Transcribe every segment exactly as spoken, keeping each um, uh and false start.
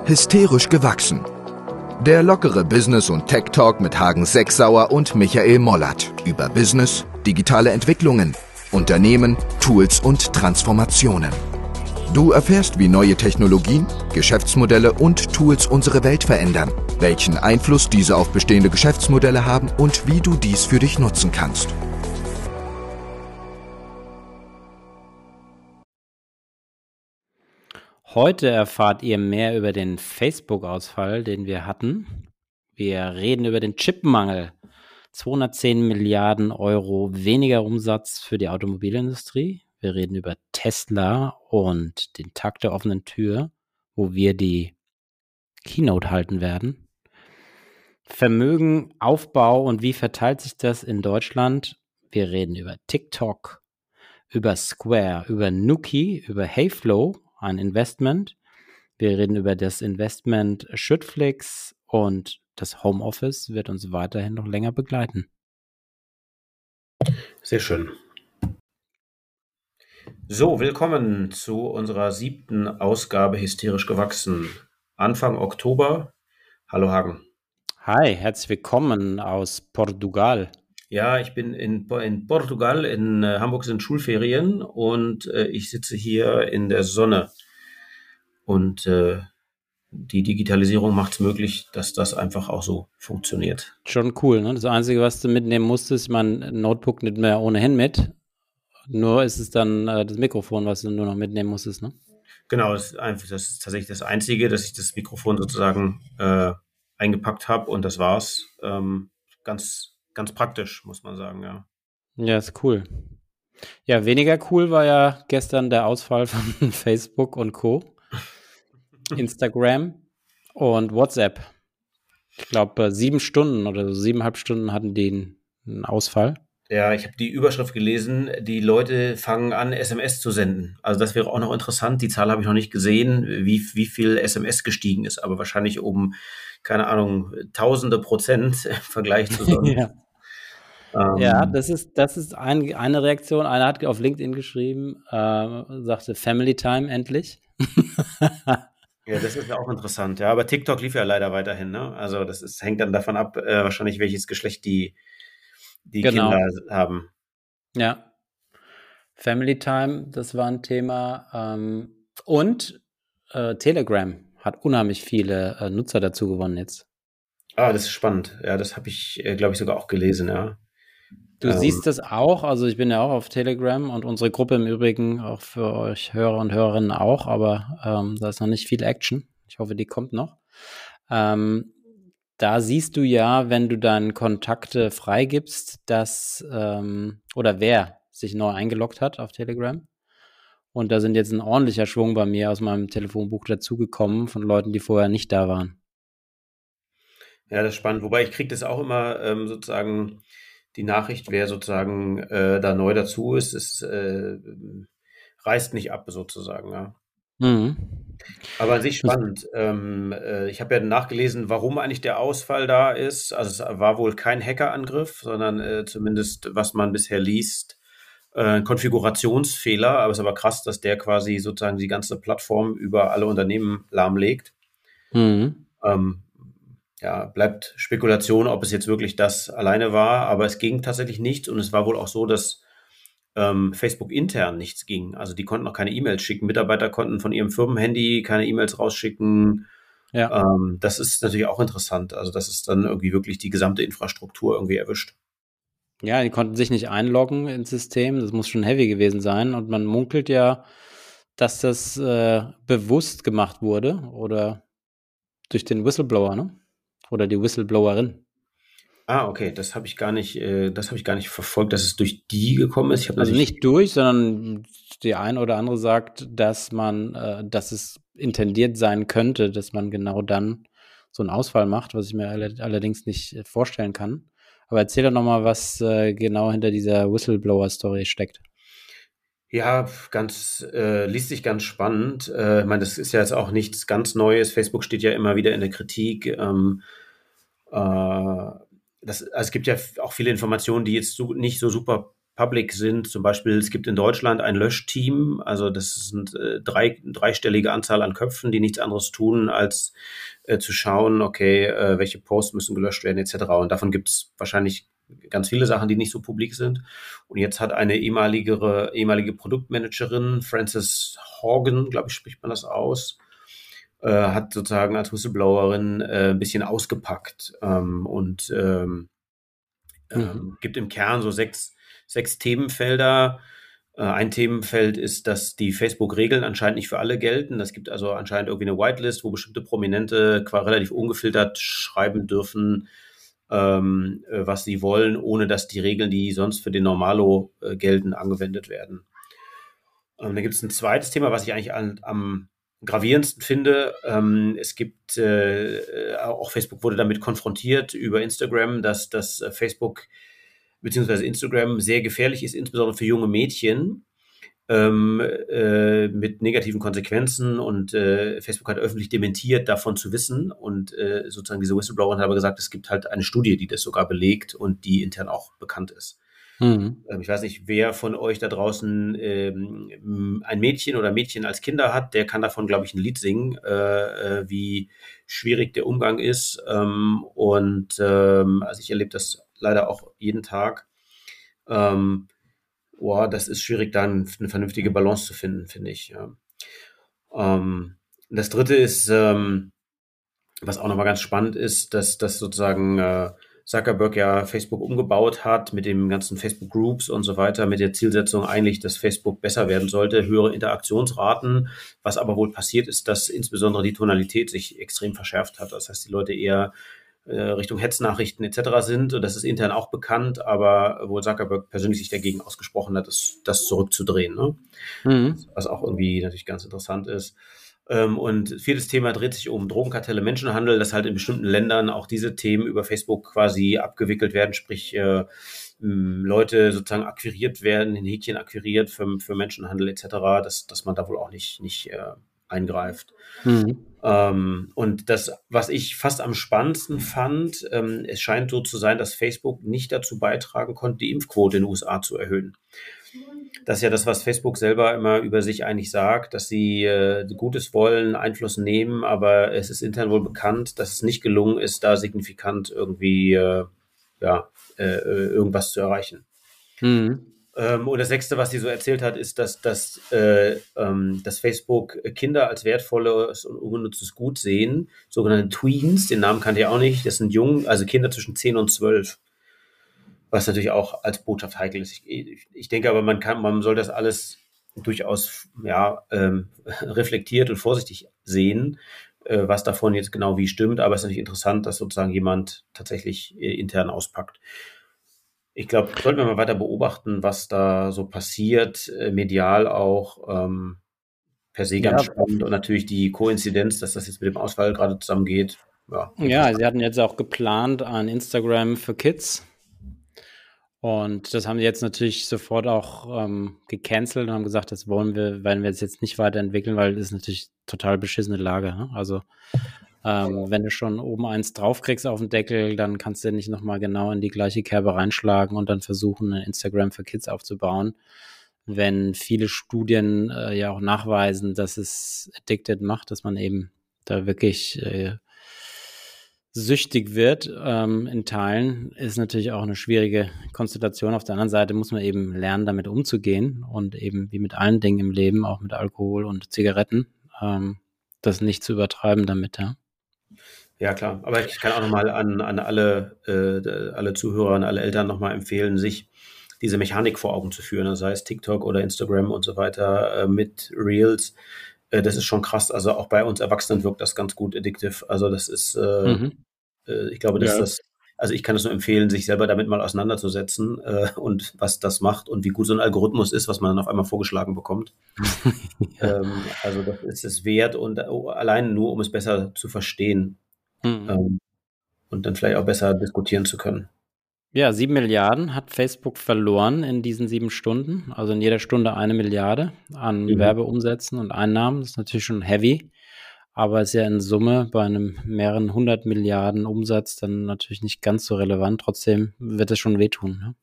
Hysterisch gewachsen. Der lockere Business- und Tech-Talk mit Hagen Sechsauer und Michael Mollert über Business, digitale Entwicklungen, Unternehmen, Tools und Transformationen. Du erfährst, wie neue Technologien, Geschäftsmodelle und Tools unsere Welt verändern, welchen Einfluss diese auf bestehende Geschäftsmodelle haben und wie du dies für dich nutzen kannst. Heute erfahrt ihr mehr über den Facebook-Ausfall, den wir hatten. Wir reden über den Chipmangel. zweihundertzehn Milliarden Euro weniger Umsatz für die Automobilindustrie. Wir reden über Tesla und den Tag der offenen Tür, wo wir die Keynote halten werden. Vermögen, Aufbau und wie verteilt sich das in Deutschland? Wir reden über TikTok, über Square, über Nuki, über Heyflow, ein Investment. Wir reden über das Investment Schüttflix und das Homeoffice wird uns weiterhin noch länger begleiten. Sehr schön. So, willkommen zu unserer siebten Ausgabe Hysterisch gewachsen. Anfang Oktober. Hallo Hagen. Hi, herzlich willkommen aus Portugal. Ja, ich bin in, in Portugal, in äh, Hamburg sind Schulferien und äh, ich sitze hier in der Sonne. Und äh, die Digitalisierung macht es möglich, dass das einfach auch so funktioniert. Schon cool, ne? Das Einzige, was du mitnehmen musstest, mein Notebook nimmt man ja ohnehin mit. Nur ist es dann äh, das Mikrofon, was du nur noch mitnehmen musstest, ne? Genau, das ist, einfach, das ist tatsächlich das Einzige, dass ich das Mikrofon sozusagen äh, eingepackt habe und das war's. Ähm, ganz, ganz praktisch, muss man sagen, ja. Ja, ist cool. Ja, weniger cool war ja gestern der Ausfall von Facebook und Co., Instagram und WhatsApp. Ich glaube, sieben Stunden oder so, siebeneinhalb Stunden hatten die einen Ausfall. Ja, ich habe die Überschrift gelesen, die Leute fangen an, S M S zu senden. Also das wäre auch noch interessant, die Zahl habe ich noch nicht gesehen, wie, wie viel S M S gestiegen ist, aber wahrscheinlich um, keine Ahnung, tausende Prozent im Vergleich zu sonst. ja. Ähm, ja, das ist, das ist ein, eine Reaktion. Einer hat auf LinkedIn geschrieben, äh, sagte Family Time endlich. Ja, das ist ja auch interessant. Ja, aber TikTok lief ja leider weiterhin. Ne? Also das ist, hängt dann davon ab, äh, wahrscheinlich welches Geschlecht die, die genau. Kinder haben. Ja. Family Time, das war ein Thema. Ähm, und äh, Telegram hat unheimlich viele äh, Nutzer dazu gewonnen jetzt. Ah, das ist spannend. Ja, das habe ich, äh, glaube ich, sogar auch gelesen, ja. Du ähm, siehst das auch, also ich bin ja auch auf Telegram und unsere Gruppe im Übrigen auch für euch Hörer und Hörerinnen auch, aber ähm, da ist noch nicht viel Action. Ich hoffe, die kommt noch. Ähm, da siehst du ja, wenn du deine Kontakte freigibst, dass, ähm, oder wer sich neu eingeloggt hat auf Telegram. Und da sind jetzt ein ordentlicher Schwung bei mir aus meinem Telefonbuch dazugekommen von Leuten, die vorher nicht da waren. Ja, das ist spannend. Wobei ich kriege das auch immer ähm, sozusagen die Nachricht, wer sozusagen äh, da neu dazu ist, es äh, reißt nicht ab sozusagen. Ja. Mhm. Aber an sich spannend. Ähm, äh, ich habe ja nachgelesen, warum eigentlich der Ausfall da ist. Also es war wohl kein Hackerangriff, sondern äh, zumindest, was man bisher liest, äh, ein Konfigurationsfehler. Aber es ist aber krass, dass der quasi sozusagen die ganze Plattform über alle Unternehmen lahmlegt. Mhm. Ähm, ja, bleibt Spekulation, ob es jetzt wirklich das alleine war, aber es ging tatsächlich nichts und es war wohl auch so, dass ähm, Facebook intern nichts ging. Also die konnten auch keine E-Mails schicken. Mitarbeiter konnten von ihrem Firmenhandy keine E-Mails rausschicken. Ja. Ähm, das ist natürlich auch interessant. Also das ist dann irgendwie wirklich die gesamte Infrastruktur irgendwie erwischt. Ja, die konnten sich nicht einloggen ins System. Das muss schon heavy gewesen sein. Und man munkelt ja, dass das äh, bewusst gemacht wurde oder durch den Whistleblower, ne? Oder die Whistleblowerin. Ah, okay, das habe ich gar nicht, äh, das habe ich gar nicht verfolgt, dass es durch die gekommen ist. Ich also nicht durch, sondern die eine oder andere sagt, dass man, äh, dass es intendiert sein könnte, dass man genau dann so einen Ausfall macht, was ich mir all allerdings nicht vorstellen kann. Aber erzähl doch nochmal, was äh, genau hinter dieser Whistleblower-Story steckt. Ja, ganz, äh, liest sich ganz spannend. Äh, ich meine, das ist ja jetzt auch nichts ganz Neues. Facebook steht ja immer wieder in der Kritik. Ähm, äh, das, also es gibt ja auch viele Informationen, die jetzt so, nicht so super public sind. Zum Beispiel, es gibt in Deutschland ein Löschteam, also das sind äh, drei, dreistellige Anzahl an Köpfen, die nichts anderes tun, als äh, zu schauen, okay, äh, welche Posts müssen gelöscht werden, et cetera. Und davon gibt es wahrscheinlich ganz viele Sachen, die nicht so publik sind. Und jetzt hat eine ehemalige, ehemalige Produktmanagerin, Frances Horgan, glaube ich, spricht man das aus, äh, hat sozusagen als Whistleblowerin äh, ein bisschen ausgepackt ähm, und ähm, Mhm. ähm, gibt im Kern so sechs, sechs Themenfelder. Äh, ein Themenfeld ist, dass die Facebook-Regeln anscheinend nicht für alle gelten. Es gibt also anscheinend irgendwie eine Whitelist, wo bestimmte Prominente quasi relativ ungefiltert schreiben dürfen, ähm, äh, was sie wollen, ohne dass die Regeln, die sonst für den Normalo äh, gelten, angewendet werden. Ähm, dann gibt es ein zweites Thema, was ich eigentlich an, am gravierendsten finde. Ähm, es gibt, äh, auch Facebook wurde damit konfrontiert über Instagram, dass das äh, Facebook beziehungsweise Instagram sehr gefährlich ist, insbesondere für junge Mädchen, ähm, äh, mit negativen Konsequenzen. Und äh, Facebook hat öffentlich dementiert, davon zu wissen. Und äh, sozusagen diese Whistleblowerin hat aber gesagt, es gibt halt eine Studie, die das sogar belegt und die intern auch bekannt ist. Mhm. Ähm, ich weiß nicht, wer von euch da draußen ähm, ein Mädchen oder Mädchen als Kinder hat, der kann davon, glaube ich, ein Lied singen, äh, äh, wie schwierig der Umgang ist. Ähm, und ähm, also ich erlebe das leider auch jeden Tag. Ähm, boah, das ist schwierig, da eine vernünftige Balance zu finden, finde ich. Ja. Ähm, das dritte ist, ähm, was auch nochmal ganz spannend ist, dass das sozusagen äh, Zuckerberg ja Facebook umgebaut hat mit den ganzen Facebook-Groups und so weiter, mit der Zielsetzung eigentlich, dass Facebook besser werden sollte, höhere Interaktionsraten. Was aber wohl passiert ist, dass insbesondere die Tonalität sich extrem verschärft hat. Das heißt, die Leute eher äh, Richtung Hetznachrichten et cetera sind. Und das ist intern auch bekannt, aber wohl Zuckerberg persönlich sich dagegen ausgesprochen hat, das, das zurückzudrehen. Ne? Mhm. Was auch irgendwie natürlich ganz interessant ist. Und viertes Thema dreht sich um Drogenkartelle, Menschenhandel, dass halt in bestimmten Ländern auch diese Themen über Facebook quasi abgewickelt werden, sprich äh, Leute sozusagen akquiriert werden, in Häkchen akquiriert für, für Menschenhandel et cetera, dass, dass man da wohl auch nicht, nicht äh, eingreift. Mhm. Ähm, und das, was ich fast am spannendsten fand, ähm, es scheint so zu sein, dass Facebook nicht dazu beitragen konnte, die Impfquote in den U S A zu erhöhen. Das ist ja das, was Facebook selber immer über sich eigentlich sagt, dass sie äh, Gutes wollen, Einfluss nehmen, aber es ist intern wohl bekannt, dass es nicht gelungen ist, da signifikant irgendwie äh, ja, äh, irgendwas zu erreichen. Mhm. Ähm, und das Sechste, was sie so erzählt hat, ist, dass, dass, äh, ähm, dass Facebook Kinder als wertvolles und ungenutztes Gut sehen, sogenannte Tweens, den Namen kannte ich auch nicht, das sind Jungen, also Kinder zwischen zehn und zwölf. Was natürlich auch als Botschaft heikel ist. Ich, ich denke aber, man kann, man soll das alles durchaus ja, ähm, reflektiert und vorsichtig sehen, äh, was davon jetzt genau wie stimmt. Aber es ist natürlich interessant, dass sozusagen jemand tatsächlich äh, intern auspackt. Ich glaube, sollten wir mal weiter beobachten, was da so passiert, äh, medial auch. Ähm, per se ganz Ja. spannend. Und natürlich die Koinzidenz, dass das jetzt mit dem Ausfall gerade zusammengeht. Ja, Ja, sie hatten jetzt auch geplant ein Instagram für Kids. Und das haben sie jetzt natürlich sofort auch ähm, gecancelt und haben gesagt, das wollen wir, werden wir jetzt nicht weiterentwickeln, weil das ist natürlich total beschissene Lage. Ne? Also ähm, wenn du schon oben eins draufkriegst auf den Deckel, dann kannst du nicht nochmal genau in die gleiche Kerbe reinschlagen und dann versuchen, ein Instagram für Kids aufzubauen. Wenn viele Studien äh, ja auch nachweisen, dass es addicted macht, dass man eben da wirklich äh, süchtig wird ähm, in Teilen, ist natürlich auch eine schwierige Konstellation. Auf der anderen Seite muss man eben lernen, damit umzugehen und eben wie mit allen Dingen im Leben, auch mit Alkohol und Zigaretten, ähm, das nicht zu übertreiben damit, ja. Ja, klar. Aber ich kann auch nochmal an, an alle, äh, alle Zuhörer, an alle Eltern nochmal empfehlen, sich diese Mechanik vor Augen zu führen, sei es TikTok oder Instagram und so weiter, äh, mit Reels. Äh, das ist schon krass. Also auch bei uns Erwachsenen wirkt das ganz gut addictive. Also das ist, äh, Mhm. äh, ich glaube, dass Ja. das, also ich kann es nur empfehlen, sich selber damit mal auseinanderzusetzen äh, und was das macht und wie gut so ein Algorithmus ist, was man dann auf einmal vorgeschlagen bekommt. Ja. Ähm, also das ist es wert und äh, allein nur, um es besser zu verstehen. Mhm. Ähm, und dann vielleicht auch besser diskutieren zu können. Ja, sieben Milliarden hat Facebook verloren in diesen sieben Stunden. Also in jeder Stunde eine Milliarde an Mhm. Werbeumsätzen und Einnahmen. Das ist natürlich schon heavy, aber ist ja in Summe bei einem mehreren hundert Milliarden Umsatz dann natürlich nicht ganz so relevant. Trotzdem wird es schon wehtun. Ne?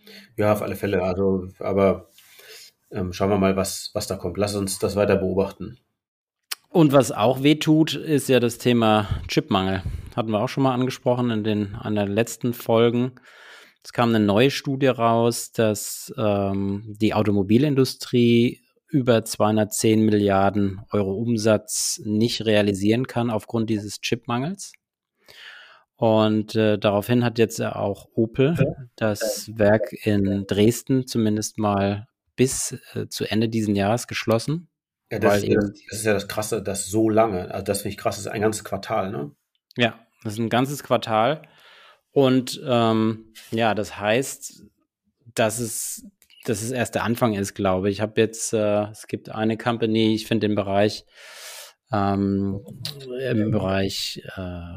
Ja, auf alle Fälle. Also, aber ähm, schauen wir mal, was, was da kommt. Lass uns das weiter beobachten. Und was auch wehtut, ist ja das Thema Chipmangel. Hatten wir auch schon mal angesprochen in den einer der letzten Folgen. Es kam eine neue Studie raus, dass ähm, die Automobilindustrie über zweihundertzehn Milliarden Euro Umsatz nicht realisieren kann aufgrund dieses Chipmangels. Und äh, daraufhin hat jetzt auch Opel das Werk in Dresden zumindest mal bis äh, zu Ende diesen Jahres geschlossen, Ja, das weil ist ja das, eben, das ist ja das Krasse, dass so lange, also das finde ich krass, das ist ein ganzes Quartal, ne? ja, das ist ein ganzes Quartal. Und ähm, ja, das heißt, dass es, dass es erst der Anfang ist, glaube ich. Ich habe jetzt, äh, es gibt eine Company, ich finde den Bereich, ähm, im Bereich äh,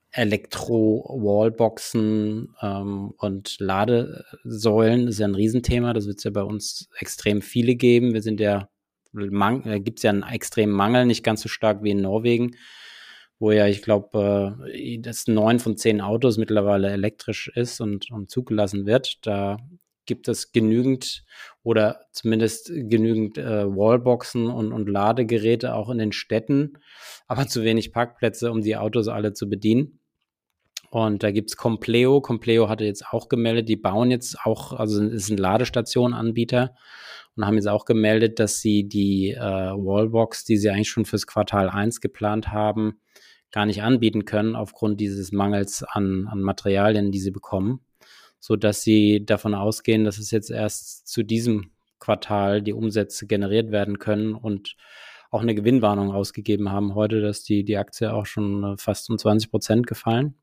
Elektro-Wallboxen ähm, und Ladesäulen ist ja ein Riesenthema. Das wird es ja bei uns extrem viele geben. Wir sind ja, da gibt es ja einen extremen Mangel, nicht ganz so stark wie in Norwegen, wo ja, ich glaube, äh, das neun von zehn Autos mittlerweile elektrisch ist und, und zugelassen wird. Da gibt es genügend oder zumindest genügend äh, Wallboxen und, und Ladegeräte auch in den Städten, aber zu wenig Parkplätze, um die Autos alle zu bedienen. Und da gibt's Compleo. Compleo hatte jetzt auch gemeldet, die bauen jetzt auch, also ist ein Ladestationenanbieter und haben jetzt auch gemeldet, dass sie die äh, Wallbox, die sie eigentlich schon fürs Quartal eins geplant haben, gar nicht anbieten können aufgrund dieses Mangels an, an Materialien, die sie bekommen, so dass sie davon ausgehen, dass es jetzt erst zu diesem Quartal die Umsätze generiert werden können und auch eine Gewinnwarnung ausgegeben haben heute, dass die, die Aktie auch schon fast um zwanzig Prozent gefallen.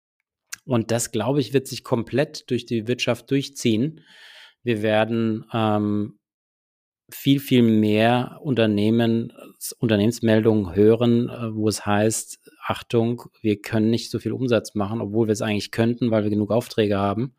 Und das, glaube ich, wird sich komplett durch die Wirtschaft durchziehen. Wir werden ähm, viel, viel mehr Unternehmen, Unternehmensmeldungen hören, äh, wo es heißt, Achtung, wir können nicht so viel Umsatz machen, obwohl wir es eigentlich könnten, weil wir genug Aufträge haben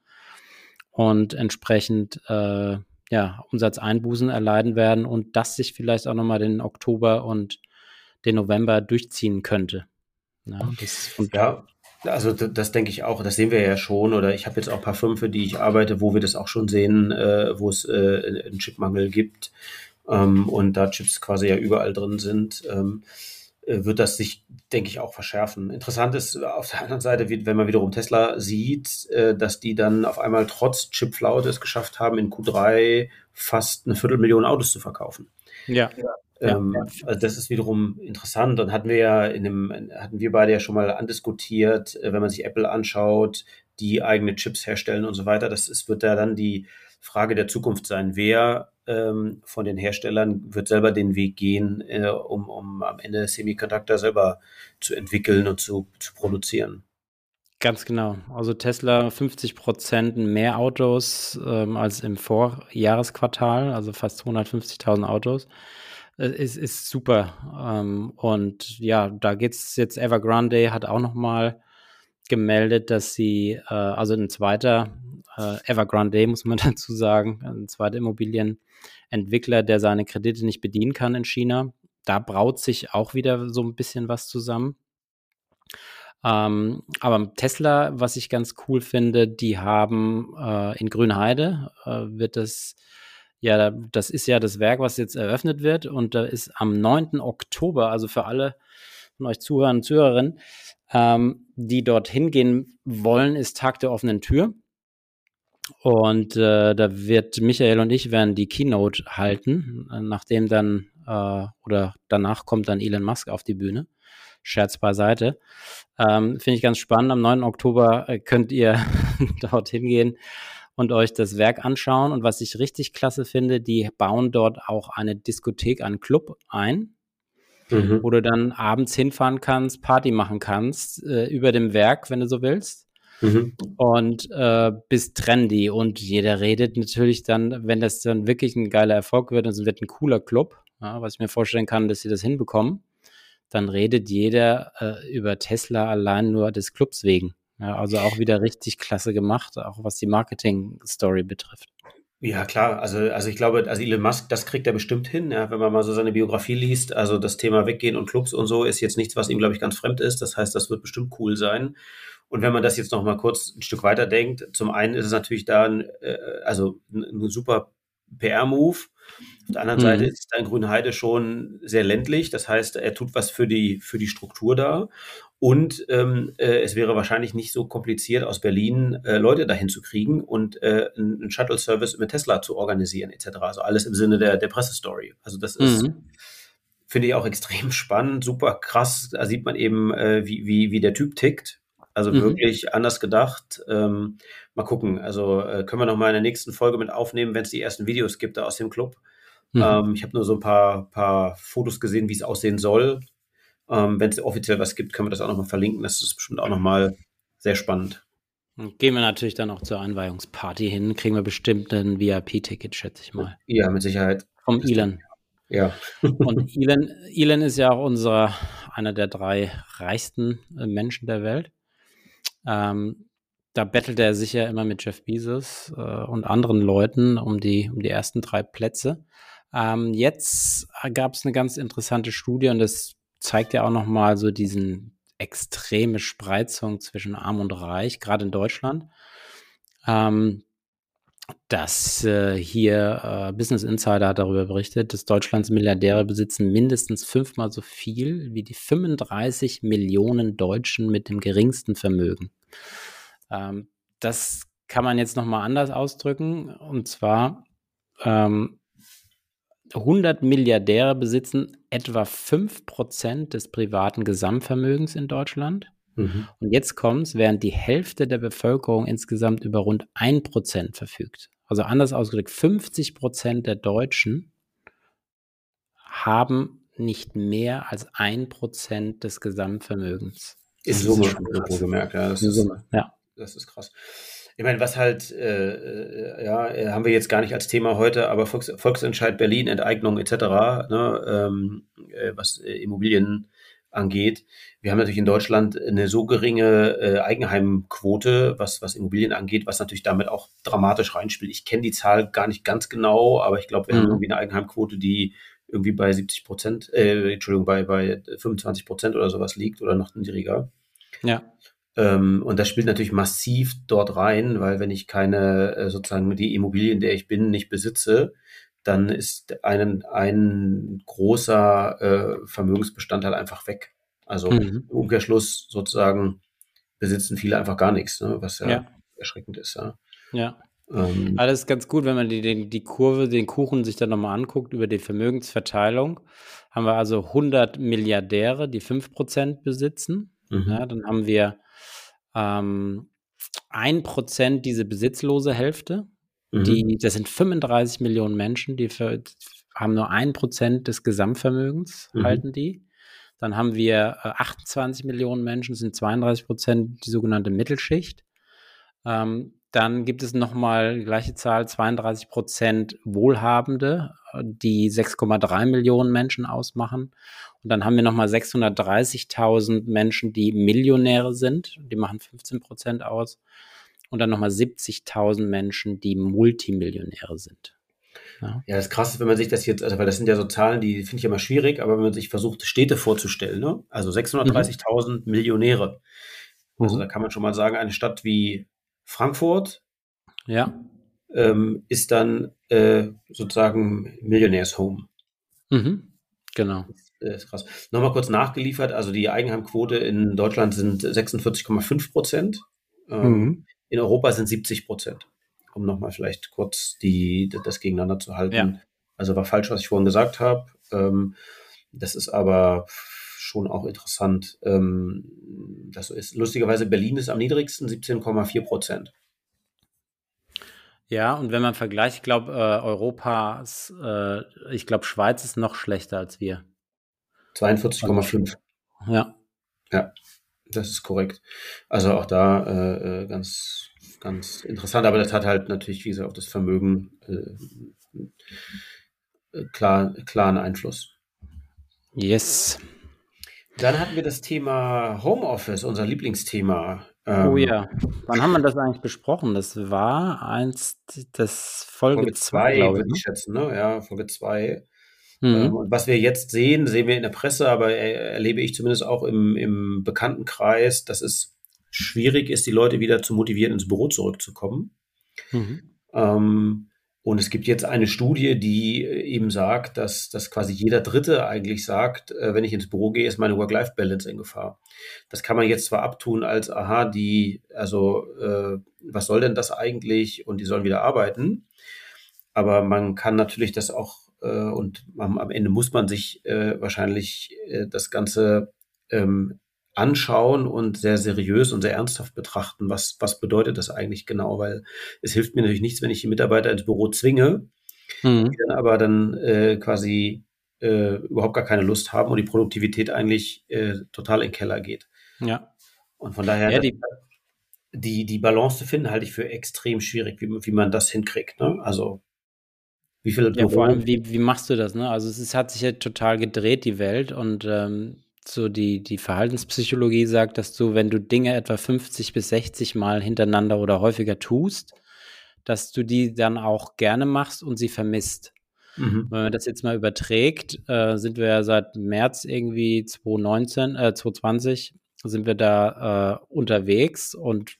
und entsprechend äh, ja, Umsatzeinbußen erleiden werden und das sich vielleicht auch nochmal den Oktober und den November durchziehen könnte. Ja, das und Ja, also d- das denke ich auch, das sehen wir ja schon. Oder ich habe jetzt auch ein paar Firmen, für die ich arbeite, wo wir das auch schon sehen, äh, wo es äh, einen Chipmangel gibt ähm, und da Chips quasi ja überall drin sind. Ähm, äh, wird das sich, denke ich, auch verschärfen. Interessant ist äh, auf der anderen Seite, wie, wenn man wiederum Tesla sieht, äh, dass die dann auf einmal trotz Chipflaute es geschafft haben, in Q drei fast eine Viertelmillion Autos zu verkaufen. ja, ja, Ähm, also das ist wiederum interessant. Dann hatten wir ja in dem, hatten wir beide ja schon mal andiskutiert, äh, wenn man sich Apple anschaut, die eigene Chips herstellen und so weiter. Das ist, wird da dann die Frage der Zukunft sein. Wer ähm, von den Herstellern wird selber den Weg gehen, äh, um, um am Ende Semiconductor selber zu entwickeln und zu, zu produzieren? ganz genau. Also Tesla fünfzig Prozent mehr Autos ähm, als im Vorjahresquartal, also fast zweihundertfünfzigtausend Autos. Äh, ist, ist super. Ähm, und ja, da geht's jetzt, Evergrande hat auch noch mal gemeldet, dass sie, äh, also ein zweiter, äh, Evergrande muss man dazu sagen, ein zweiter Immobilienentwickler, der seine Kredite nicht bedienen kann in China. Da braut sich auch wieder so ein bisschen was zusammen. Ähm, aber Tesla, was ich ganz cool finde, die haben äh, in Grünheide äh, wird das, ja, das ist ja das Werk, was jetzt eröffnet wird und da ist am neunten Oktober, also für alle von euch Zuhörer und Zuhörerinnen, ähm, die dorthin gehen wollen, ist Tag der offenen Tür. Und äh, da wird Michael und ich werden die Keynote halten, äh, nachdem dann äh, oder danach kommt dann Elon Musk auf die Bühne. Scherz beiseite. Ähm, Finde ich ganz spannend. Am neunten Oktober äh, könnt ihr dorthin gehen und euch das Werk anschauen. Und was ich richtig klasse finde, die bauen dort auch eine Diskothek, einen Club ein, Mhm. wo du dann abends hinfahren kannst, Party machen kannst, äh, über dem Werk, wenn du so willst. Mhm. Und äh, bist trendy und jeder redet natürlich dann, wenn das dann wirklich ein geiler Erfolg wird und es wird ein cooler Club, ja, was ich mir vorstellen kann, dass sie das hinbekommen, dann redet jeder äh, über Tesla allein nur des Clubs wegen. Ja, also auch wieder richtig klasse gemacht, auch was die Marketing-Story betrifft. Ja, klar. Also, also ich glaube, also Elon Musk, das kriegt er bestimmt hin, ja, wenn man mal so seine Biografie liest. Also das Thema Weggehen und Clubs und so ist jetzt nichts, was ihm, glaube ich, ganz fremd ist. Das heißt, das wird bestimmt cool sein. Und wenn man das jetzt noch mal kurz ein Stück weiter denkt, zum einen ist es natürlich da ein, äh, also ein, ein super P R-Move. Auf der anderen mhm. Seite ist da in Grünheide schon sehr ländlich. Das heißt, er tut was für die, für die Struktur da. Und ähm, äh, es wäre wahrscheinlich nicht so kompliziert, aus Berlin äh, Leute dahin zu kriegen und äh, einen Shuttle-Service mit Tesla zu organisieren et cetera. Also alles im Sinne der, der Pressestory. Also das ist, mhm. finde ich auch extrem spannend, super krass. Da sieht man eben, äh, wie, wie, wie der Typ tickt. Also mhm. wirklich anders gedacht. Ähm, mal gucken. Also äh, können wir noch mal in der nächsten Folge mit aufnehmen, wenn es die ersten Videos gibt da aus dem Club. Mhm. Ähm, ich habe nur so ein paar, paar Fotos gesehen, wie es aussehen soll. Ähm, wenn es offiziell was gibt, können wir das auch noch mal verlinken. Das ist bestimmt auch noch mal sehr spannend. Und gehen wir natürlich dann auch zur Einweihungsparty hin. Kriegen wir bestimmt ein V I P-Ticket, schätze ich mal. Ja, mit Sicherheit. Vom Elon. Ja. Und Elon, Elon ist ja auch unser, einer der drei reichsten Menschen der Welt. Ähm, da bettelt er sicher immer mit Jeff Bezos äh, und anderen Leuten um die, um die ersten drei Plätze. Ähm, jetzt gab es eine ganz interessante Studie und das zeigt ja auch nochmal so diesen extreme Spreizung zwischen Arm und Reich, gerade in Deutschland. Ähm, dass äh, hier äh, Business Insider hat darüber berichtet, dass Deutschlands Milliardäre besitzen mindestens fünfmal so viel wie die fünfunddreißig Millionen Deutschen mit dem geringsten Vermögen. Ähm, das kann man jetzt nochmal anders ausdrücken, und zwar ähm, hundert Milliardäre besitzen etwa fünf Prozent des privaten Gesamtvermögens in Deutschland. Mhm. Und jetzt kommt's, während die Hälfte der Bevölkerung insgesamt über rund ein Prozent verfügt. Also anders ausgedrückt, fünfzig Prozent der Deutschen haben nicht mehr als ein Prozent des Gesamtvermögens. In Summe, irgendwo gemerkt, ja. Das ist, Summe, ja. Das ist krass. Ich meine, was halt, äh, ja, haben wir jetzt gar nicht als Thema heute, aber Volks, Volksentscheid Berlin, Enteignung et cetera, ne, ähm, äh, was äh, Immobilien angeht. Wir haben natürlich in Deutschland eine so geringe äh, Eigenheimquote, was, was Immobilien angeht, was natürlich damit auch dramatisch reinspielt. Ich kenne die Zahl gar nicht ganz genau, aber ich glaube, wir mhm. haben irgendwie eine Eigenheimquote, die irgendwie bei siebzig Prozent, äh, Entschuldigung, bei, bei fünfundzwanzig Prozent oder sowas liegt oder noch niedriger. Ja. Ähm, und das spielt natürlich massiv dort rein, weil wenn ich keine, äh, sozusagen die Immobilie, in der ich bin, nicht besitze, dann ist ein, ein großer äh, Vermögensbestandteil einfach weg. Also mhm. im Umkehrschluss sozusagen besitzen viele einfach gar nichts, ne? Was ja, ja erschreckend ist. Ja, ja. Ähm, Aber das ist ganz gut, wenn man die, die, die Kurve, den Kuchen sich dann nochmal anguckt über die Vermögensverteilung. Haben wir also hundert Milliardäre, die fünf Prozent besitzen. Mhm. Ja, dann haben wir ähm, ein Prozent diese besitzlose Hälfte. Die, das sind fünfunddreißig Millionen Menschen, die für, haben nur ein Prozent des Gesamtvermögens, mhm. halten die. Dann haben wir äh, achtundzwanzig Millionen Menschen, das sind zweiunddreißig Prozent die sogenannte Mittelschicht. Ähm, dann gibt es nochmal die gleiche Zahl, zweiunddreißig Prozent Wohlhabende, die sechs Komma drei Millionen Menschen ausmachen. Und dann haben wir nochmal sechshundertdreißigtausend Menschen, die Millionäre sind, die machen fünfzehn Prozent aus. Und dann nochmal siebzigtausend Menschen, die Multimillionäre sind. Ja. ja, das Krasse, wenn man sich das jetzt, also weil das sind ja so Zahlen, die finde ich immer schwierig, aber wenn man sich versucht, Städte vorzustellen, ne? Also sechshundertdreißigtausend mhm. Millionäre. Also mhm. da kann man schon mal sagen, eine Stadt wie Frankfurt ja. ähm, ist dann äh, sozusagen Millionärshome. Mhm. Genau. Das ist krass. Nochmal kurz nachgeliefert, also die Eigenheimquote in Deutschland sind sechsundvierzig Komma fünf Prozent. Ähm, mhm. In Europa sind siebzig Prozent, um nochmal vielleicht kurz die, das gegeneinander zu halten. Ja. Also war falsch, was ich vorhin gesagt habe. Ähm, das ist aber schon auch interessant. Ähm, das ist lustigerweise, Berlin ist am niedrigsten, siebzehn Komma vier Prozent. Ja, und wenn man vergleicht, ich glaube, äh, Europas, äh, ich glaube, Schweiz ist noch schlechter als wir. zweiundvierzig Komma fünf. Ja. Ja. Das ist korrekt. Also auch da äh, ganz, ganz interessant, aber das hat halt natürlich, wie gesagt, auf das Vermögen äh, klar, klaren Einfluss. Yes. Dann hatten wir das Thema Homeoffice, unser Lieblingsthema. Ähm, oh ja. Wann haben wir das eigentlich besprochen? Das war eins, das Folge zwei, würde ich schätzen, ne? Ja, Folge zwei. Mhm. Und was wir jetzt sehen, sehen wir in der Presse, aber erlebe ich zumindest auch im, im Bekanntenkreis, das ist schwierig ist, die Leute wieder zu motivieren, ins Büro zurückzukommen. Mhm. Ähm, und es gibt jetzt eine Studie, die eben sagt, dass, dass quasi jeder Dritte eigentlich sagt, äh, wenn ich ins Büro gehe, ist meine Work-Life-Balance in Gefahr. Das kann man jetzt zwar abtun als, aha, die, also äh, was soll denn das eigentlich? Und die sollen wieder arbeiten. Aber man kann natürlich das auch, äh, und am, am Ende muss man sich äh, wahrscheinlich äh, das Ganze ähm, anschauen und sehr seriös und sehr ernsthaft betrachten, was, was bedeutet das eigentlich genau, weil es hilft mir natürlich nichts, wenn ich die Mitarbeiter ins Büro zwinge, Mhm. die dann aber dann äh, quasi äh, überhaupt gar keine Lust haben und die Produktivität eigentlich äh, total in den Keller geht. Ja. Und von daher, Ja, das, die, die, die Balance zu finden, halte ich für extrem schwierig, wie, wie man das hinkriegt. Ne? Also wie viel ja, vor Büro. allem, wie, wie machst du das, ne? Also es ist, hat sich ja total gedreht, die Welt, und ähm, so die, die Verhaltenspsychologie sagt, dass du, wenn du Dinge etwa fünfzig bis sechzig Mal hintereinander oder häufiger tust, dass du die dann auch gerne machst und sie vermisst. Mhm. Wenn man das jetzt mal überträgt, äh, sind wir ja seit März irgendwie zwanzig neunzehn, äh, zwanzig zwanzig sind wir da äh, unterwegs und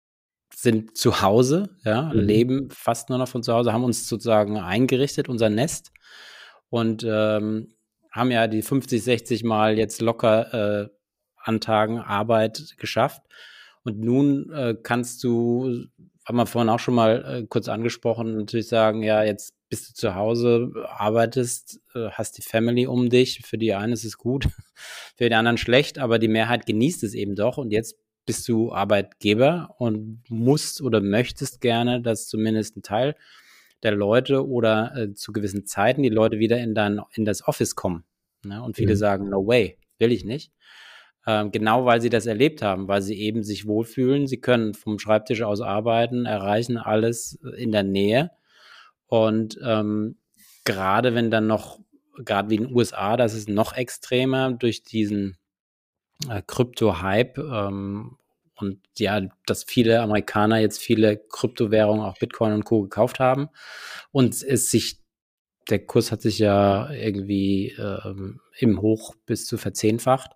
sind zu Hause, ja, Mhm. leben fast nur noch von zu Hause, haben uns sozusagen eingerichtet, unser Nest, und ähm, haben ja die fünfzig, sechzig Mal jetzt locker äh, an Tagen Arbeit geschafft. Und nun äh, kannst du, haben wir vorhin auch schon mal äh, kurz angesprochen, natürlich sagen, ja, jetzt bist du zu Hause, arbeitest, äh, hast die Family um dich. Für die einen ist es gut, für die anderen schlecht, aber die Mehrheit genießt es eben doch. Und jetzt bist du Arbeitgeber und musst oder möchtest gerne, dass zumindest ein Teil der Leute oder äh, zu gewissen Zeiten die Leute wieder in dein, in das Office kommen. Ne? Und viele Mhm. sagen, no way, will ich nicht. Ähm, genau weil sie das erlebt haben, weil sie eben sich wohlfühlen. Sie können vom Schreibtisch aus arbeiten, erreichen alles in der Nähe. Und ähm, gerade wenn dann noch, gerade wie in den U S A, das ist noch extremer durch diesen äh, Krypto-Hype, ähm, und ja, dass viele Amerikaner jetzt viele Kryptowährungen, auch Bitcoin und Co. gekauft haben und es sich, der Kurs hat sich ja irgendwie ähm, im Hoch bis zu verzehnfacht,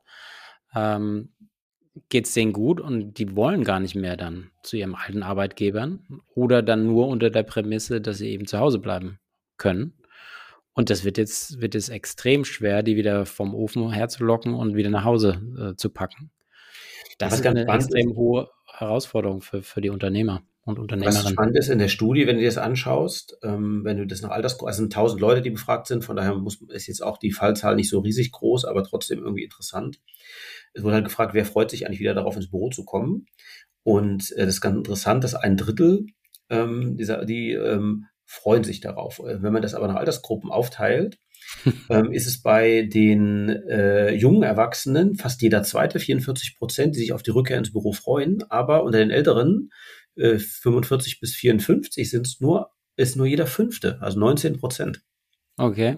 ähm, geht es denen gut und die wollen gar nicht mehr dann zu ihrem alten Arbeitgebern oder dann nur unter der Prämisse, dass sie eben zu Hause bleiben können. Und das wird jetzt, wird es extrem schwer, die wieder vom Ofen herzulocken und wieder nach Hause äh, zu packen. Ja, Das was ist ganz eine spannend ist, extrem hohe Herausforderung für, für die Unternehmer und was Unternehmerinnen. spannend ist in der Studie, wenn du dir das anschaust, ähm, wenn du das nach Altersgruppe, also es sind tausend Leute, die befragt sind, von daher muss, ist jetzt auch die Fallzahl nicht so riesig groß, aber trotzdem irgendwie interessant. Es wurde halt gefragt, wer freut sich eigentlich wieder darauf, ins Büro zu kommen. Und äh, das ist ganz interessant, dass ein Drittel ähm, dieser, die ähm, freuen sich darauf. Äh, Wenn man das aber nach Altersgruppen aufteilt, ähm, ist es bei den äh, jungen Erwachsenen fast jeder zweite, vierundvierzig Prozent, die sich auf die Rückkehr ins Büro freuen. Aber unter den Älteren, äh, fünfundvierzig bis vierundfünfzig, sind es nur, ist nur jeder Fünfte, also neunzehn Prozent. Okay.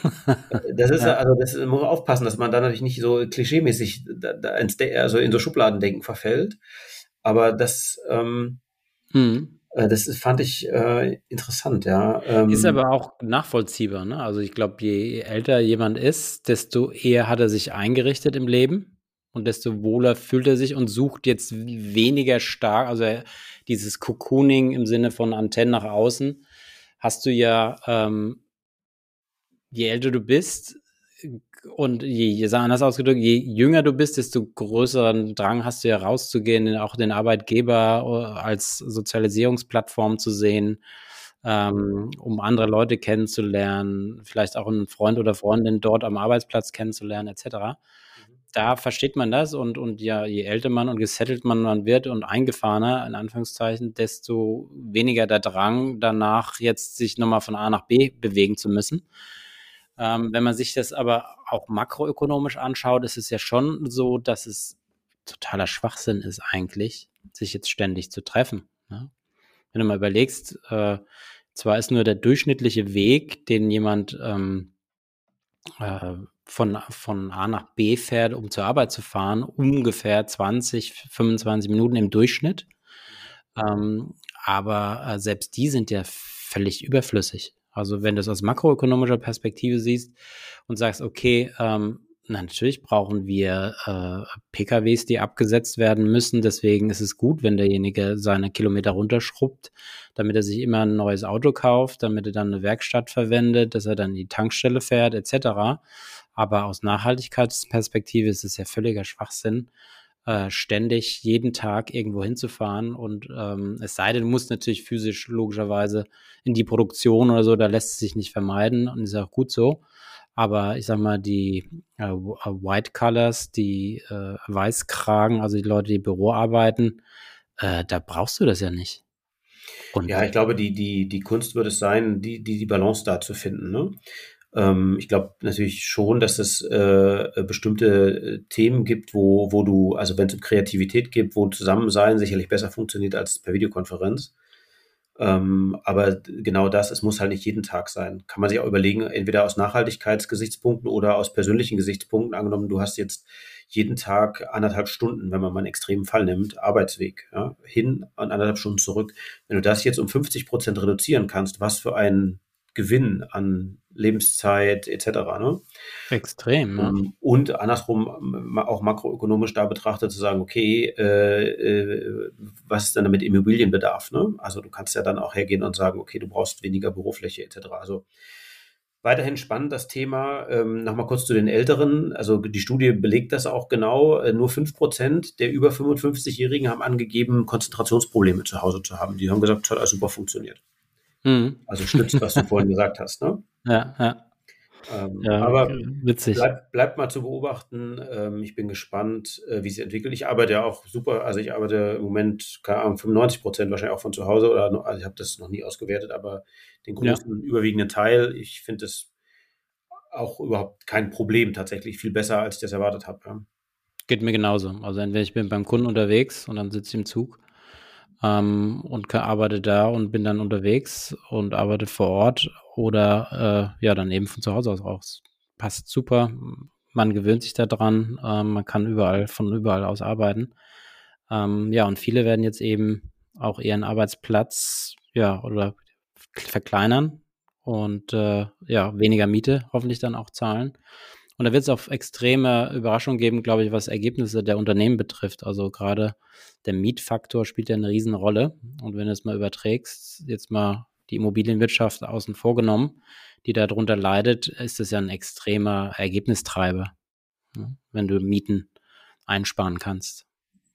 Das ist ja, Ja. also das muss man aufpassen, dass man da natürlich nicht so klischeemäßig da, da ins, De- also in so Schubladendenken verfällt. Aber das, ähm, Hm. äh, das ist, fand ich äh, interessant, ja. Ist Ähm, aber auch nachvollziehbar, ne? Also ich glaube, je älter jemand ist, desto eher hat er sich eingerichtet im Leben und desto wohler fühlt er sich und sucht jetzt weniger stark, also er, dieses Cocooning im Sinne von Antennen nach außen, hast du ja, ähm, je älter du bist und je, je anders ausgedrückt, je jünger du bist, desto größeren Drang hast du ja rauszugehen, auch den Arbeitgeber als Sozialisierungsplattform zu sehen, ähm, um andere Leute kennenzulernen, vielleicht auch einen Freund oder Freundin dort am Arbeitsplatz kennenzulernen, et cetera. Da versteht man das und, und ja, je älter man und gesettelt man, man wird und eingefahrener, in Anführungszeichen, desto weniger der Drang danach, jetzt sich nochmal von A nach B bewegen zu müssen. Ähm, wenn man sich das aber auch makroökonomisch anschaut, ist es ja schon so, dass es totaler Schwachsinn ist eigentlich, sich jetzt ständig zu treffen. Ne? Wenn du mal überlegst, äh, zwar ist nur der durchschnittliche Weg, den jemand ähm, äh, von, von A nach B fährt, um zur Arbeit zu fahren, ungefähr zwanzig, fünfundzwanzig Minuten im Durchschnitt. Ähm, aber äh, selbst die sind ja völlig überflüssig. Also wenn du es aus makroökonomischer Perspektive siehst und sagst, okay, ähm, natürlich brauchen wir äh, P K Ws, die abgesetzt werden müssen. Deswegen ist es gut, wenn derjenige seine Kilometer runterschrubbt, damit er sich immer ein neues Auto kauft, damit er dann eine Werkstatt verwendet, dass er dann in die Tankstelle fährt, et cetera. Aber aus Nachhaltigkeitsperspektive ist es ja völliger Schwachsinn, äh, ständig jeden Tag irgendwo hinzufahren. Und ähm, es sei denn, du musst natürlich physisch logischerweise in die Produktion oder so, da lässt es sich nicht vermeiden und ist auch gut so. Aber ich sag mal, die äh, White Collars, die äh, Weißkragen, also die Leute, die im Büro arbeiten, äh, da brauchst du das ja nicht. Und Ja, ich glaube, die, die, die Kunst wird es sein, die, die, die Balance da zu finden. Ne? Ähm, ich glaube natürlich schon, dass es äh, bestimmte äh, Themen gibt, wo, wo du, also wenn es um Kreativität geht, wo Zusammensein sicherlich besser funktioniert als per Videokonferenz. Ähm, aber genau das, es muss halt nicht jeden Tag sein. Kann man sich auch überlegen, entweder aus Nachhaltigkeitsgesichtspunkten oder aus persönlichen Gesichtspunkten. Angenommen, du hast jetzt jeden Tag anderthalb Stunden, wenn man mal einen extremen Fall nimmt, Arbeitsweg, ja, hin und anderthalb Stunden zurück. Wenn du das jetzt um fünfzig Prozent reduzieren kannst, was für ein Gewinn an Lebenszeit et cetera. Ne? extrem, ja. Ähm, Und andersrum auch makroökonomisch da betrachtet zu sagen, okay, äh, äh, was ist denn damit Immobilienbedarf? Ne? Also du kannst ja dann auch hergehen und sagen, okay, du brauchst weniger Bürofläche et cetera. Also weiterhin spannend das Thema. Ähm, Nochmal kurz zu den Älteren. Also die Studie belegt das auch genau. Äh, nur fünf Prozent der über fünfundfünfzig-Jährigen haben angegeben, Konzentrationsprobleme zu Hause zu haben. Die haben gesagt, das hat alles super funktioniert. Mhm. Also stützt, was du vorhin gesagt hast. Ne? Ja, ja. Ähm, Ja, aber witzig. bleibt bleib mal zu beobachten. Ähm, ich bin gespannt, äh, wie sich entwickelt. Ich arbeite ja auch super, also ich arbeite im Moment, keine Ahnung, fünfundneunzig Prozent wahrscheinlich auch von zu Hause oder noch, also ich habe das noch nie ausgewertet, aber den Ja. großen, überwiegenden Teil, ich finde es auch überhaupt kein Problem tatsächlich, viel besser, als ich das erwartet habe. Ja. Geht mir genauso. Also entweder ich bin beim Kunden unterwegs und dann sitze ich im Zug ähm, und ka- arbeite da und bin dann unterwegs und arbeite vor Ort oder äh, ja, dann eben von zu Hause aus auch. Es passt super. Man gewöhnt sich daran. Ähm, man kann überall von überall aus arbeiten. Ähm, ja, und viele werden jetzt eben auch ihren Arbeitsplatz ja oder verkleinern und äh, ja, weniger Miete hoffentlich dann auch zahlen. Und da wird es auch extreme Überraschungen geben, glaube ich, was Ergebnisse der Unternehmen betrifft. Also gerade der Mietfaktor spielt ja eine Riesenrolle. Und wenn du es mal überträgst, jetzt mal die Immobilienwirtschaft außen vor genommen, die darunter leidet, ist es ja ein extremer Ergebnistreiber, ne, wenn du Mieten einsparen kannst.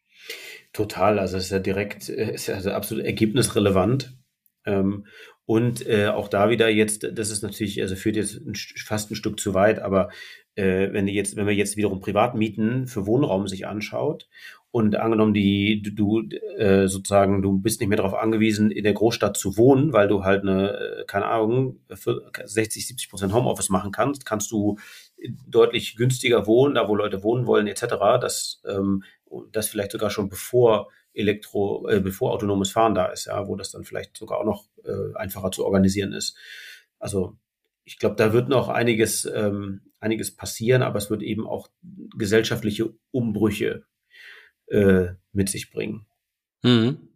Total, also es ist ja direkt, äh, ist ja also absolut ergebnisrelevant. Ähm, und äh, auch da wieder jetzt, das ist natürlich, also führt jetzt ein, St- fast ein Stück zu weit, aber äh, wenn die jetzt, wenn man jetzt wiederum Privatmieten für Wohnraum sich anschaut und angenommen, die du du, äh, sozusagen, du bist nicht mehr darauf angewiesen, in der Großstadt zu wohnen, weil du halt eine, äh, keine Ahnung, für sechzig, siebzig Prozent Homeoffice machen kannst, kannst du deutlich günstiger wohnen, da wo Leute wohnen wollen, et cetera. Das ähm, das vielleicht sogar schon bevor Elektro, äh, bevor autonomes Fahren da ist, ja, wo das dann vielleicht sogar auch noch äh, einfacher zu organisieren ist. Also ich glaube, da wird noch einiges, ähm, einiges passieren, aber es wird eben auch gesellschaftliche Umbrüche äh, mit sich bringen. Mhm.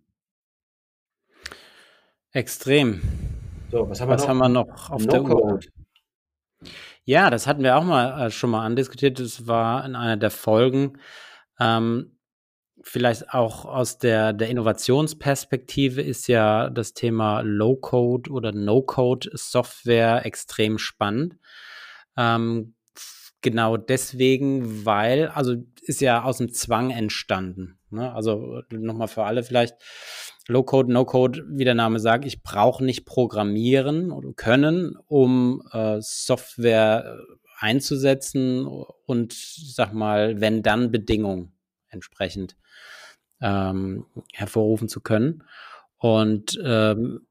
Extrem. So, was haben wir Was noch? haben wir noch auf der Uhr? No-Code. Ja, das hatten wir auch mal äh, schon mal andiskutiert. Das war in einer der Folgen. Ähm, vielleicht auch aus der, der Innovationsperspektive ist ja das Thema Low-Code oder No-Code-Software extrem spannend. Ähm, f- genau deswegen, weil, also ist ja aus dem Zwang entstanden. Ne? Also nochmal für alle vielleicht. Low-Code, No-Code, wie der Name sagt, ich brauche nicht programmieren oder können, um äh, Software äh, einzusetzen und ich sag mal, wenn dann Bedingungen entsprechend ähm, hervorrufen zu können. Und ähm,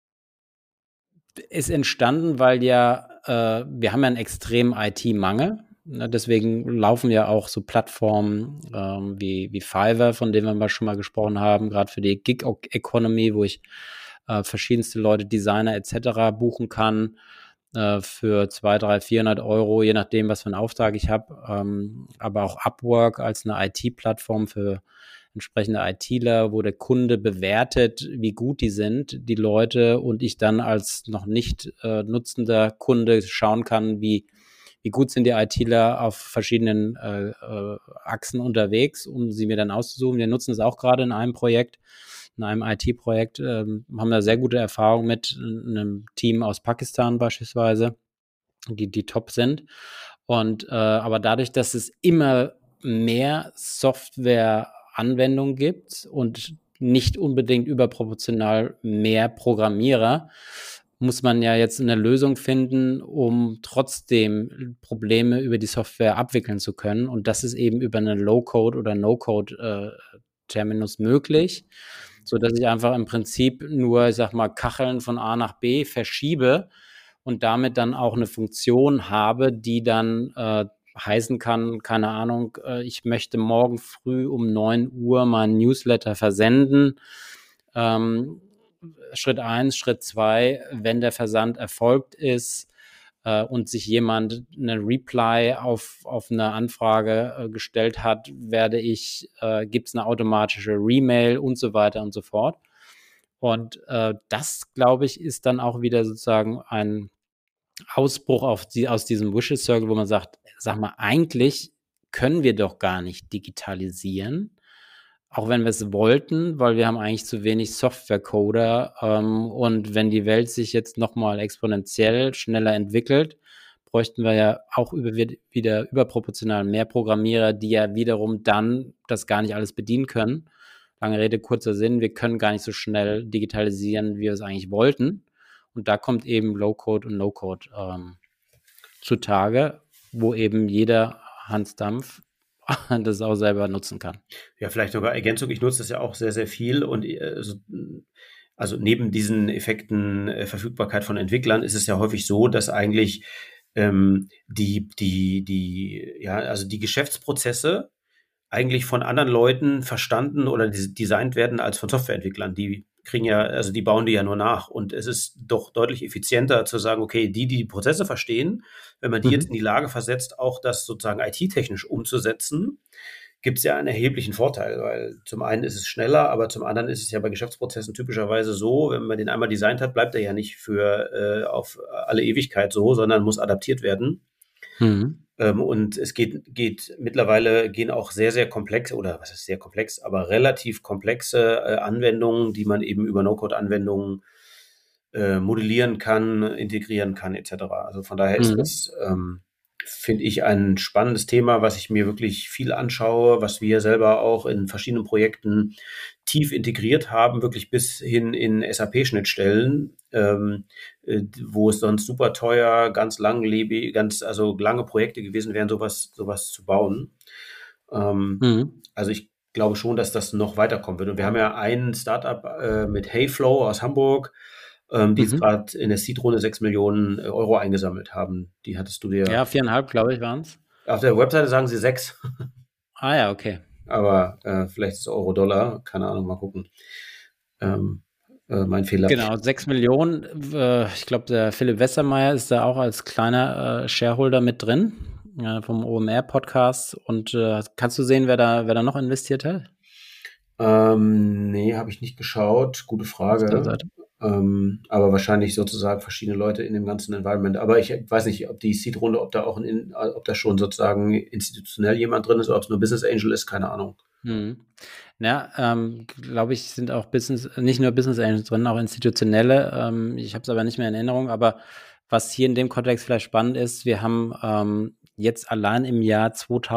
ist entstanden, weil ja, äh, wir haben ja einen extremen I T-Mangel. Ne, deswegen laufen ja auch so Plattformen ähm, wie, wie Fiverr, von denen wir mal schon mal gesprochen haben, gerade für die Gig-Economy, wo ich äh, verschiedenste Leute, Designer et cetera buchen kann äh, für zweihundert, dreihundert, vierhundert Euro, je nachdem, was für einen Auftrag ich habe. Ähm, aber auch Upwork als eine I T-Plattform für entsprechende ITler, wo der Kunde bewertet, wie gut die sind, die Leute, und ich dann als noch nicht äh, nutzender Kunde schauen kann, wie, wie gut sind die ITler auf verschiedenen äh, äh, Achsen unterwegs, um sie mir dann auszusuchen. Wir nutzen es auch gerade in einem Projekt, in einem I T-Projekt, ähm, haben da sehr gute Erfahrungen mit einem Team aus Pakistan beispielsweise, die, die top sind. Und äh, aber dadurch, dass es immer mehr Software-Anwendungen gibt und nicht unbedingt überproportional mehr Programmierer, muss man ja jetzt eine Lösung finden, um trotzdem Probleme über die Software abwickeln zu können. Und das ist eben über eine Low-Code oder No-Code-Terminus äh, möglich, so dass ich einfach im Prinzip nur, ich sag mal, Kacheln von A nach B verschiebe und damit dann auch eine Funktion habe, die dann äh, heißen kann, keine Ahnung, äh, ich möchte morgen früh um neun Uhr meinen Newsletter versenden. Ähm, Schritt eins, Schritt zwei, wenn der Versand erfolgt ist äh, und sich jemand eine Reply auf, auf eine Anfrage äh, gestellt hat, werde ich, äh, gibt es eine automatische Remail und so weiter und so fort. Und äh, das, glaube ich, ist dann auch wieder sozusagen ein Ausbruch auf die, aus diesem Wishes Circle, wo man sagt, sag mal, eigentlich können wir doch gar nicht digitalisieren, auch wenn wir es wollten, weil wir haben eigentlich zu wenig Software-Coder ähm, und wenn die Welt sich jetzt nochmal exponentiell schneller entwickelt, bräuchten wir ja auch über, wieder überproportional mehr Programmierer, die ja wiederum dann das gar nicht alles bedienen können. Lange Rede, kurzer Sinn, wir können gar nicht so schnell digitalisieren, wie wir es eigentlich wollten. Und da kommt eben Low-Code und No-Code ähm, zutage, wo eben jeder Hans Dampf das auch selber nutzen kann. Ja, vielleicht sogar Ergänzung. Ich nutze das ja auch sehr, sehr viel. Und äh, so, also neben diesen Effekten äh, Verfügbarkeit von Entwicklern ist es ja häufig so, dass eigentlich ähm, die, die, die, ja, also die Geschäftsprozesse eigentlich von anderen Leuten verstanden oder designt werden als von Softwareentwicklern. Die kriegen ja, also die bauen die ja nur nach. Und es ist doch deutlich effizienter zu sagen, okay, die, die die Prozesse verstehen, wenn man die mhm. jetzt in die Lage versetzt, auch das sozusagen I T-technisch umzusetzen, gibt es ja einen erheblichen Vorteil, weil zum einen ist es schneller, aber zum anderen ist es ja bei Geschäftsprozessen typischerweise so, wenn man den einmal designt hat, bleibt er ja nicht für äh, auf alle Ewigkeit so, sondern muss adaptiert werden. Mhm. Ähm, und es geht, geht mittlerweile gehen auch sehr, sehr komplexe, oder was ist sehr komplex, aber relativ komplexe äh, Anwendungen, die man eben über No-Code-Anwendungen äh, modellieren kann, integrieren kann, et cetera. Also von daher ist mhm. das, ähm, finde ich, ein spannendes Thema, was ich mir wirklich viel anschaue, was wir selber auch in verschiedenen Projekten tief integriert haben, wirklich bis hin in S A P-Schnittstellen, ähm, äh, wo es sonst super teuer, ganz langlebig, ganz, also lange Projekte gewesen wären, sowas, sowas zu bauen. Ähm, mhm. Also ich glaube schon, dass das noch weiterkommen wird. Und wir haben ja ein Startup äh, mit Heyflow aus Hamburg, ähm, die mhm. jetzt gerade in der Seed-Runde sechs Millionen Euro eingesammelt haben. Die hattest du dir... Ja, viereinhalb, glaube ich, waren es. Auf der Webseite sagen sie sechs. Ah ja, okay. Aber äh, vielleicht ist es Euro-Dollar, keine Ahnung, mal gucken. Ähm, äh, mein Fehler. Genau, sechs Millionen. Äh, ich glaube, der Philipp Westermeier ist da auch als kleiner äh, Shareholder mit drin, äh, vom O M R-Podcast. Und äh, kannst du sehen, wer da, wer da noch investiert hat? Ähm, nee, habe ich nicht geschaut. Gute Frage. Ähm, aber wahrscheinlich sozusagen verschiedene Leute in dem ganzen Environment. Aber ich weiß nicht, ob die Seed-Runde, ob da auch ein, ob da schon sozusagen institutionell jemand drin ist oder ob es nur Business Angel ist, keine Ahnung. Hm. Ja, ähm, glaube ich, sind auch Business, nicht nur Business Angels drin, auch institutionelle. Ähm, ich habe es aber nicht mehr in Erinnerung. Aber was hier in dem Kontext vielleicht spannend ist, wir haben ähm, jetzt allein im Jahr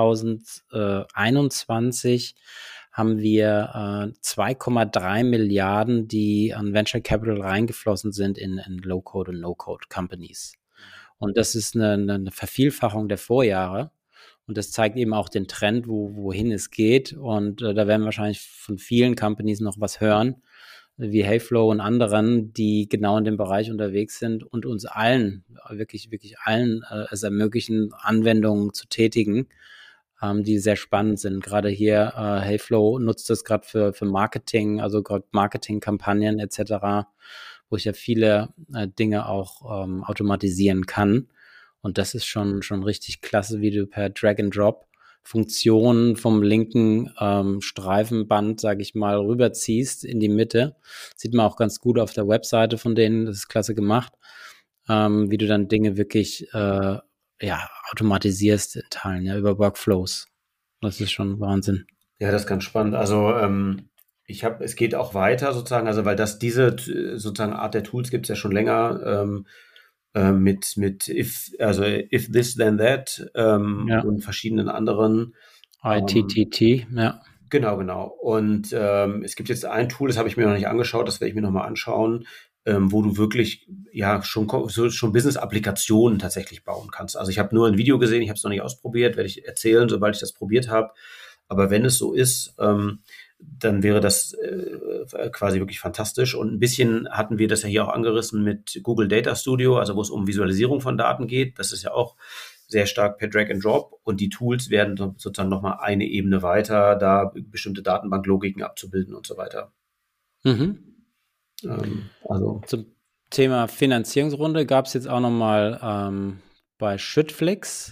zweitausendeinundzwanzig haben wir äh, zwei Komma drei Milliarden, die an Venture Capital reingeflossen sind in, in Low-Code und No-Code-Companies. Und das ist eine, eine Vervielfachung der Vorjahre. Und das zeigt eben auch den Trend, wo, wohin es geht. Und äh, da werden wir wahrscheinlich von vielen Companies noch was hören, wie Heyflow und anderen, die genau in dem Bereich unterwegs sind und uns allen, wirklich, wirklich allen äh, es ermöglichen, Anwendungen zu tätigen, die sehr spannend sind. Gerade hier, äh, Heyflow nutzt das gerade für, für Marketing, also gerade Marketingkampagnen et cetera, wo ich ja viele äh, Dinge auch ähm, automatisieren kann. Und das ist schon, schon richtig klasse, wie du per Drag-and-Drop Funktionen vom linken ähm, Streifenband, sage ich mal, rüberziehst in die Mitte. Sieht man auch ganz gut auf der Webseite von denen, das ist klasse gemacht, ähm, wie du dann Dinge wirklich äh, ja, automatisierst in Teilen, ja, über Workflows. Das ist schon Wahnsinn. Ja, das ist ganz spannend. Also ähm, ich habe, es geht auch weiter sozusagen, also weil das diese äh, sozusagen Art der Tools gibt es ja schon länger ähm, äh, mit mit if also if this then that ähm, Ja. und verschiedenen anderen. I T T T, ja. Genau, genau. Und ähm, es gibt jetzt ein Tool, das habe ich mir noch nicht angeschaut, das werde ich mir noch mal anschauen, ähm, wo du wirklich ja schon ko- so, schon Business-Applikationen tatsächlich bauen kannst. Also ich habe nur ein Video gesehen, ich habe es noch nicht ausprobiert, werde ich erzählen, sobald ich das probiert habe. Aber wenn es so ist, ähm, dann wäre das äh, quasi wirklich fantastisch. Und ein bisschen hatten wir das ja hier auch angerissen mit Google Data Studio, also wo es um Visualisierung von Daten geht. Das ist ja auch sehr stark per Drag and Drop und die Tools werden so- sozusagen nochmal eine Ebene weiter, da bestimmte Datenbanklogiken abzubilden und so weiter. Mhm. Ähm, also Zum Thema Finanzierungsrunde gab es jetzt auch nochmal ähm, bei Schüttflix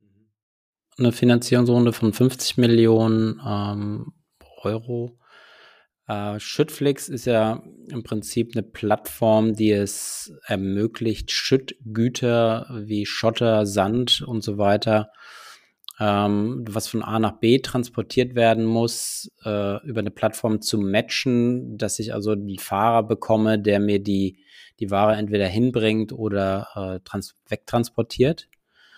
eine Finanzierungsrunde von fünfzig Millionen ähm, Euro. Äh, Schüttflix ist ja im Prinzip eine Plattform, die es ermöglicht, Schüttgüter wie Schotter, Sand und so weiter, ähm, was von A nach B transportiert werden muss, äh, über eine Plattform zu matchen, dass ich also einen Fahrer bekomme, der mir die, die Ware entweder hinbringt oder äh, trans wegtransportiert.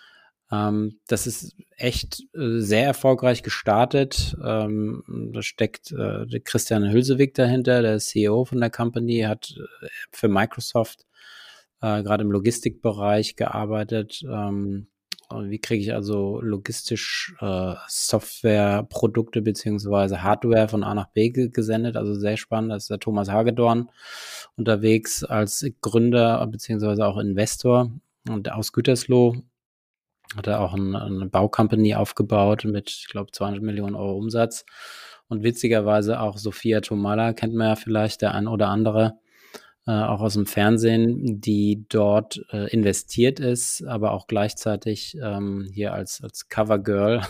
Ähm, das ist echt äh, sehr erfolgreich gestartet. Ähm, da steckt äh, der Christian Hülsewig dahinter, der C E O von der Company, hat äh, für Microsoft äh, gerade im Logistikbereich gearbeitet. Ähm, wie kriege ich also logistisch äh, Softwareprodukte beziehungsweise Hardware von A nach B ge- gesendet? Also sehr spannend. Da ist der Thomas Hagedorn unterwegs als Gründer beziehungsweise auch Investor und aus Gütersloh. Hat er auch ein, eine Baucompany aufgebaut mit, ich glaube, zweihundert Millionen Euro Umsatz. Und witzigerweise auch Sophia Tomala, kennt man ja vielleicht, der ein oder andere, äh, auch aus dem Fernsehen, die dort äh, investiert ist, aber auch gleichzeitig ähm, hier als, als Covergirl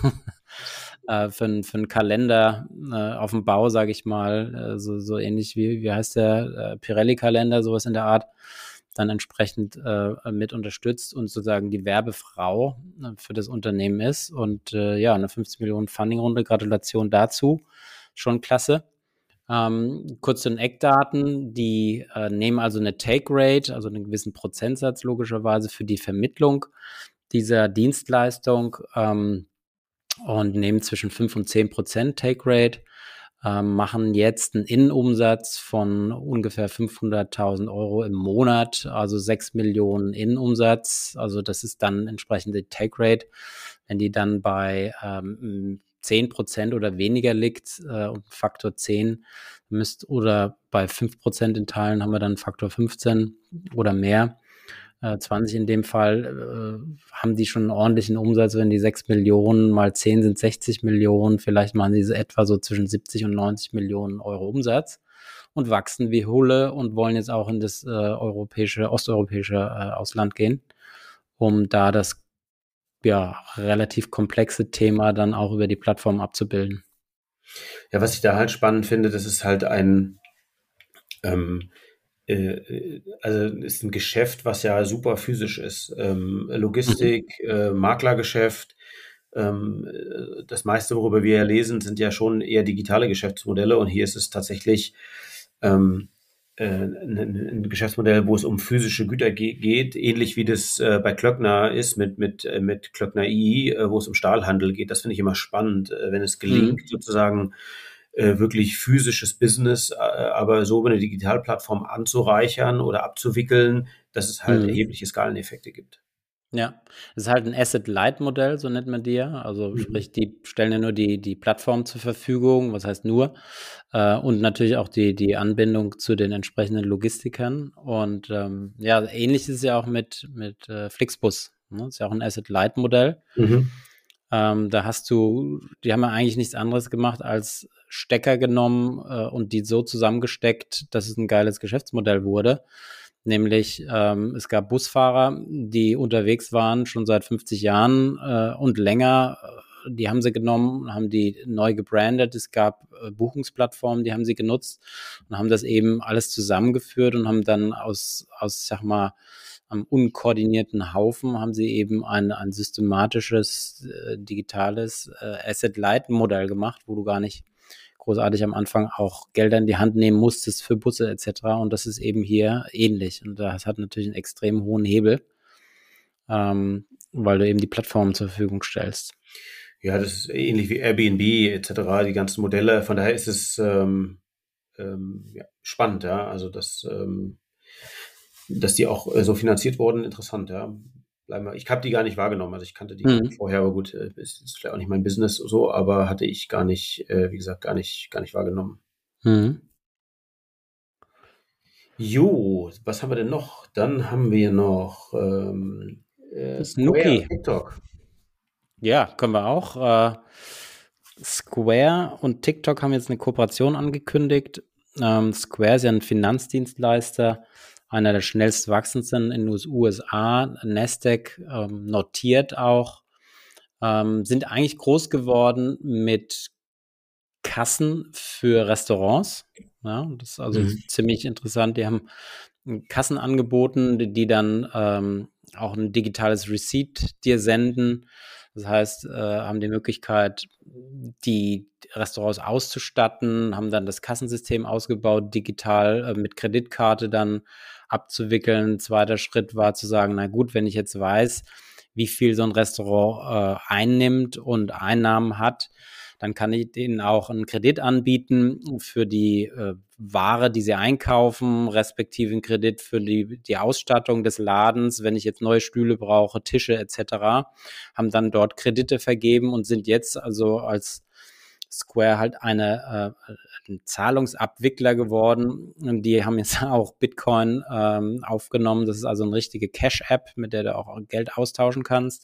äh, für, n- für einen Kalender äh, auf dem Bau, sage ich mal, äh, so, so ähnlich wie, wie heißt der, äh, Pirelli-Kalender, sowas in der Art, dann entsprechend äh, mit unterstützt und sozusagen die Werbefrau äh, für das Unternehmen ist. Und äh, ja, eine fünfzig Millionen Funding-Runde, Gratulation dazu, schon klasse. Ähm, kurz zu den Eckdaten, die äh, nehmen also eine Take-Rate, also einen gewissen Prozentsatz logischerweise für die Vermittlung dieser Dienstleistung ähm, und nehmen zwischen fünf und zehn Prozent Take-Rate, ähm, machen jetzt einen Innenumsatz von ungefähr fünfhunderttausend Euro im Monat, also sechs Millionen Innenumsatz. Also das ist dann entsprechend die Take-Rate. Wenn die dann bei ähm, zehn Prozent oder weniger liegt äh, und Faktor zehn müsst, oder bei fünf Prozent in Teilen haben wir dann Faktor fünfzehn oder mehr. Äh, zwanzig in dem Fall, äh, haben die schon einen ordentlichen Umsatz, wenn die sechs Millionen mal zehn sind sechzig Millionen, vielleicht machen sie etwa so zwischen siebzig und neunzig Millionen Euro Umsatz und wachsen wie Hulle und wollen jetzt auch in das äh, europäische, osteuropäische äh, Ausland gehen, um da das ja relativ komplexe Thema dann auch über die Plattform abzubilden. ja, was ich da halt spannend finde, das ist halt ein ähm, äh, also ist ein Geschäft, was ja super physisch ist. Ähm, Mhm. Logistik, äh, Maklergeschäft, ähm, äh, das meiste, worüber wir ja lesen, sind ja schon eher digitale Geschäftsmodelle und hier ist es tatsächlich ähm, äh, ein, ein Geschäftsmodell, wo es um physische Güter ge geht, ähnlich wie das äh, bei Klöckner ist mit, mit, äh, mit Klöckner I, äh, wo es um Stahlhandel geht. Das finde ich immer spannend, äh, wenn es gelingt, Mhm. sozusagen äh, wirklich physisches Business, äh, aber so über eine Digitalplattform anzureichern oder abzuwickeln, dass es halt Mhm. erhebliche Skaleneffekte gibt. Ja, es ist halt ein Asset-Light-Modell, so nennt man die ja. Also Mhm. sprich, die stellen ja nur die, die Plattform zur Verfügung, was heißt nur, äh, und natürlich auch die, die Anbindung zu den entsprechenden Logistikern. Und ähm, ja, ähnlich ist es ja auch mit, mit äh, Flixbus. Ne? Ist ja auch ein Asset-Light-Modell. Mhm. Ähm, da hast du, die haben ja eigentlich nichts anderes gemacht als Stecker genommen äh, und die so zusammengesteckt, dass es ein geiles Geschäftsmodell wurde. Nämlich, ähm, es gab Busfahrer, die unterwegs waren schon seit fünfzig Jahren äh, und länger. Die haben sie genommen, haben die neu gebrandet. Es gab äh, Buchungsplattformen, die haben sie genutzt und haben das eben alles zusammengeführt und haben dann aus, aus, sag mal, am unkoordinierten Haufen haben sie eben ein, ein systematisches, äh, digitales äh, Asset-Light-Modell gemacht, wo du gar nicht großartig am Anfang auch Gelder in die Hand nehmen musstest für Busse et cetera. Und das ist eben hier ähnlich. Und das hat natürlich einen extrem hohen Hebel, ähm, weil du eben die Plattform zur Verfügung stellst. Ja, das ist ähnlich wie Airbnb et cetera, die ganzen Modelle. Von daher ist es ähm, ähm, ja, spannend, ja. Also dass, ähm, dass die auch äh, so finanziert wurden, interessant, ja. Bleiben wir. Ich habe die gar nicht wahrgenommen. Also ich kannte die Mhm. vorher, aber gut, äh, ist, ist vielleicht auch nicht mein Business so, aber hatte ich gar nicht, äh, wie gesagt, gar nicht, gar nicht wahrgenommen. Mhm. Jo, was haben wir denn noch? Dann haben wir noch ähm, äh, Square, Nuki. TikTok. Ja, können wir auch. Äh, Square und TikTok haben jetzt eine Kooperation angekündigt. Ähm, Square ist ja ein Finanzdienstleister, einer der schnellst wachsendsten in den U S A, Nasdaq ähm, notiert auch, ähm, sind eigentlich groß geworden mit Kassen für Restaurants. Ja, das ist also Mhm. ziemlich interessant. Die haben Kassen angeboten, die, die dann ähm, auch ein digitales Receipt dir senden. Das heißt, äh, haben die Möglichkeit, die Restaurants auszustatten, haben dann das Kassensystem ausgebaut, digital äh, mit Kreditkarte dann abzuwickeln. Ein zweiter Schritt war zu sagen, na gut, wenn ich jetzt weiß, wie viel so ein Restaurant äh, einnimmt und Einnahmen hat, dann kann ich denen auch einen Kredit anbieten für die äh, Ware, die sie einkaufen, respektive einen Kredit für die, die Ausstattung des Ladens, wenn ich jetzt neue Stühle brauche, Tische et cetera, haben dann dort Kredite vergeben und sind jetzt also als Square halt eine, äh, ein Zahlungsabwickler geworden. Und die haben jetzt auch Bitcoin ähm, aufgenommen. Das ist also eine richtige Cash-App, mit der du auch Geld austauschen kannst.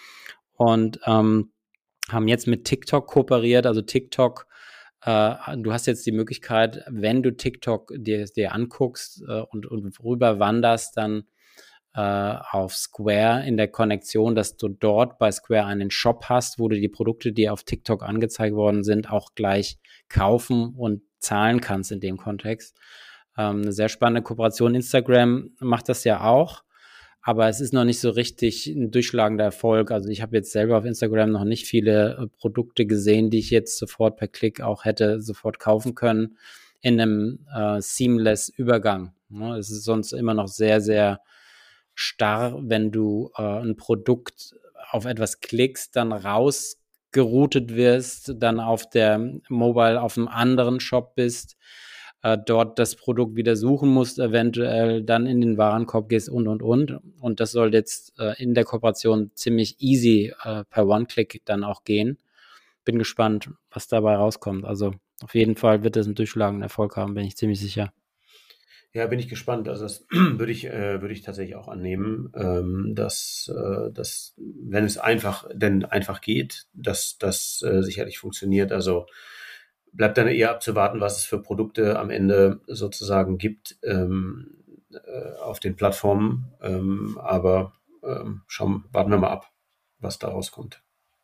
Und ähm, haben jetzt mit TikTok kooperiert. Also TikTok, äh, du hast jetzt die Möglichkeit, wenn du TikTok dir, dir anguckst äh, und, und rüber wanderst, dann äh, auf Square in der Konnektion, dass du dort bei Square einen Shop hast, wo du die Produkte, die auf TikTok angezeigt worden sind, auch gleich kaufen und zahlen kannst in dem Kontext. Ähm, eine sehr spannende Kooperation. Instagram macht das ja auch. Aber es ist noch nicht so richtig ein durchschlagender Erfolg. Also ich habe jetzt selber auf Instagram noch nicht viele äh, Produkte gesehen, die ich jetzt sofort per Klick auch hätte sofort kaufen können in einem äh, seamless Übergang. Ne? Es ist sonst immer noch sehr, sehr starr, wenn du äh, ein Produkt auf etwas klickst, dann rausgeroutet wirst, dann auf der Mobile auf einem anderen Shop bist, äh, dort das Produkt wieder suchen musst, eventuell dann in den Warenkorb gehst und, und, und. Und das soll jetzt äh, in der Kooperation ziemlich easy äh, per One-Click dann auch gehen. Bin gespannt, was dabei rauskommt. Also auf jeden Fall wird es einen durchschlagenden Erfolg haben, bin ich ziemlich sicher. Ja, bin ich gespannt. Also das würde ich, äh, würde ich tatsächlich auch annehmen, ähm, dass, äh, dass, wenn es einfach, denn einfach geht, dass das äh, sicherlich funktioniert. Also bleibt dann eher abzuwarten, was es für Produkte am Ende sozusagen gibt ähm, äh, auf den Plattformen. Ähm, aber ähm, schauen, warten wir mal ab, was da rauskommt.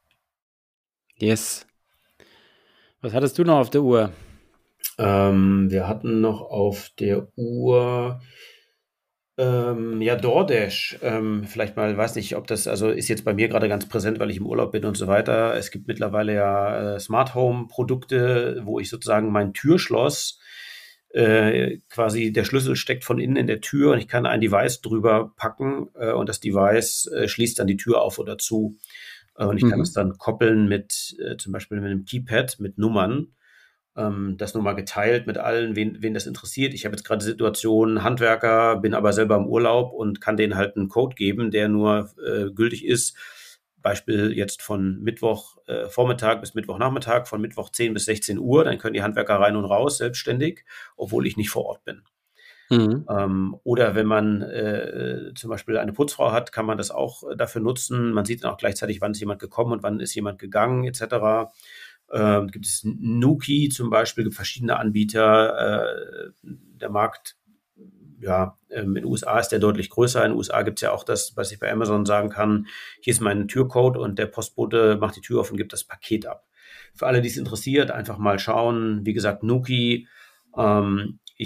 Yes. Was hattest du noch auf der Uhr? Ähm, wir hatten noch auf der Uhr ähm, ja, DoorDash. Ähm, vielleicht mal, weiß nicht, ob das, also ist jetzt bei mir gerade ganz präsent, weil ich im Urlaub bin und so weiter. Es gibt mittlerweile ja äh, Smart Home Produkte, wo ich sozusagen mein Türschloss äh, quasi der Schlüssel steckt von innen in der Tür und ich kann ein Device drüber packen äh, und das Device äh, schließt dann die Tür auf oder zu. Äh, und ich kann es Mhm. dann koppeln mit äh, zum Beispiel mit einem Keypad mit Nummern. Ähm, das nochmal geteilt mit allen, wen, wen das interessiert. Ich habe jetzt gerade Situationen, Handwerker, bin aber selber im Urlaub und kann denen halt einen Code geben, der nur äh, gültig ist. Beispiel jetzt von Mittwoch äh, Vormittag bis Mittwochnachmittag, von Mittwoch zehn bis sechzehn Uhr. Dann können die Handwerker rein und raus, selbstständig, obwohl ich nicht vor Ort bin. Mhm. Ähm, oder wenn man äh, zum Beispiel eine Putzfrau hat, kann man das auch äh, dafür nutzen. Man sieht dann auch gleichzeitig, wann ist jemand gekommen und wann ist jemand gegangen, et cetera. Ähm, gibt es Nuki zum Beispiel, gibt verschiedene Anbieter. Äh, der Markt, ja, ähm, in den U S A ist der deutlich größer. In den U S A gibt es ja auch das, was ich bei Amazon sagen kann, hier ist mein Türcode und der Postbote macht die Tür auf und gibt das Paket ab. Für alle, die es interessiert, einfach mal schauen. Wie gesagt, Nuki. Ähm, ich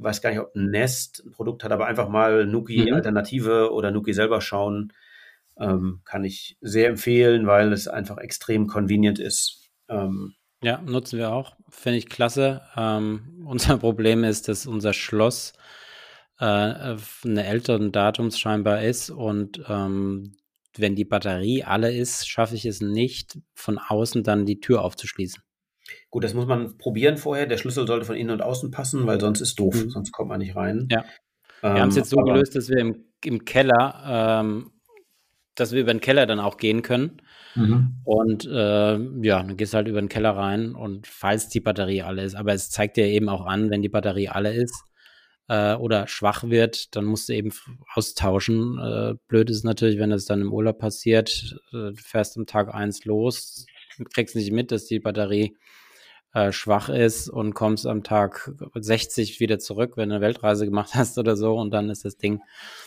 weiß gar nicht, ob Nest ein Produkt hat, aber einfach mal Nuki-Alternative mhm. oder Nuki selber schauen, ähm, kann ich sehr empfehlen, weil es einfach extrem convenient ist. Ähm, ja, nutzen wir auch. Finde ich klasse. Ähm, unser Problem ist, dass unser Schloss äh, eine älteren Datums scheinbar ist und ähm, wenn die Batterie alle ist, schaffe ich es nicht, von außen dann die Tür aufzuschließen. Gut, das muss man probieren vorher. Der Schlüssel sollte von innen und außen passen, weil sonst ist doof, Mhm. sonst kommt man nicht rein. Ja. Ähm, wir haben es jetzt so aber, gelöst, dass wir im, im Keller, ähm, dass wir über den Keller dann auch gehen können. Mhm. Und äh, ja, dann gehst du halt über den Keller rein und falls die Batterie alle ist, aber es zeigt dir eben auch an, wenn die Batterie alle ist äh, oder schwach wird, dann musst du eben austauschen. Äh, blöd ist natürlich, wenn das dann im Urlaub passiert, äh, du fährst am Tag eins los, kriegst nicht mit, dass die Batterie äh, schwach ist und kommst am Tag sechzig wieder zurück, wenn du eine Weltreise gemacht hast oder so und dann ist das Ding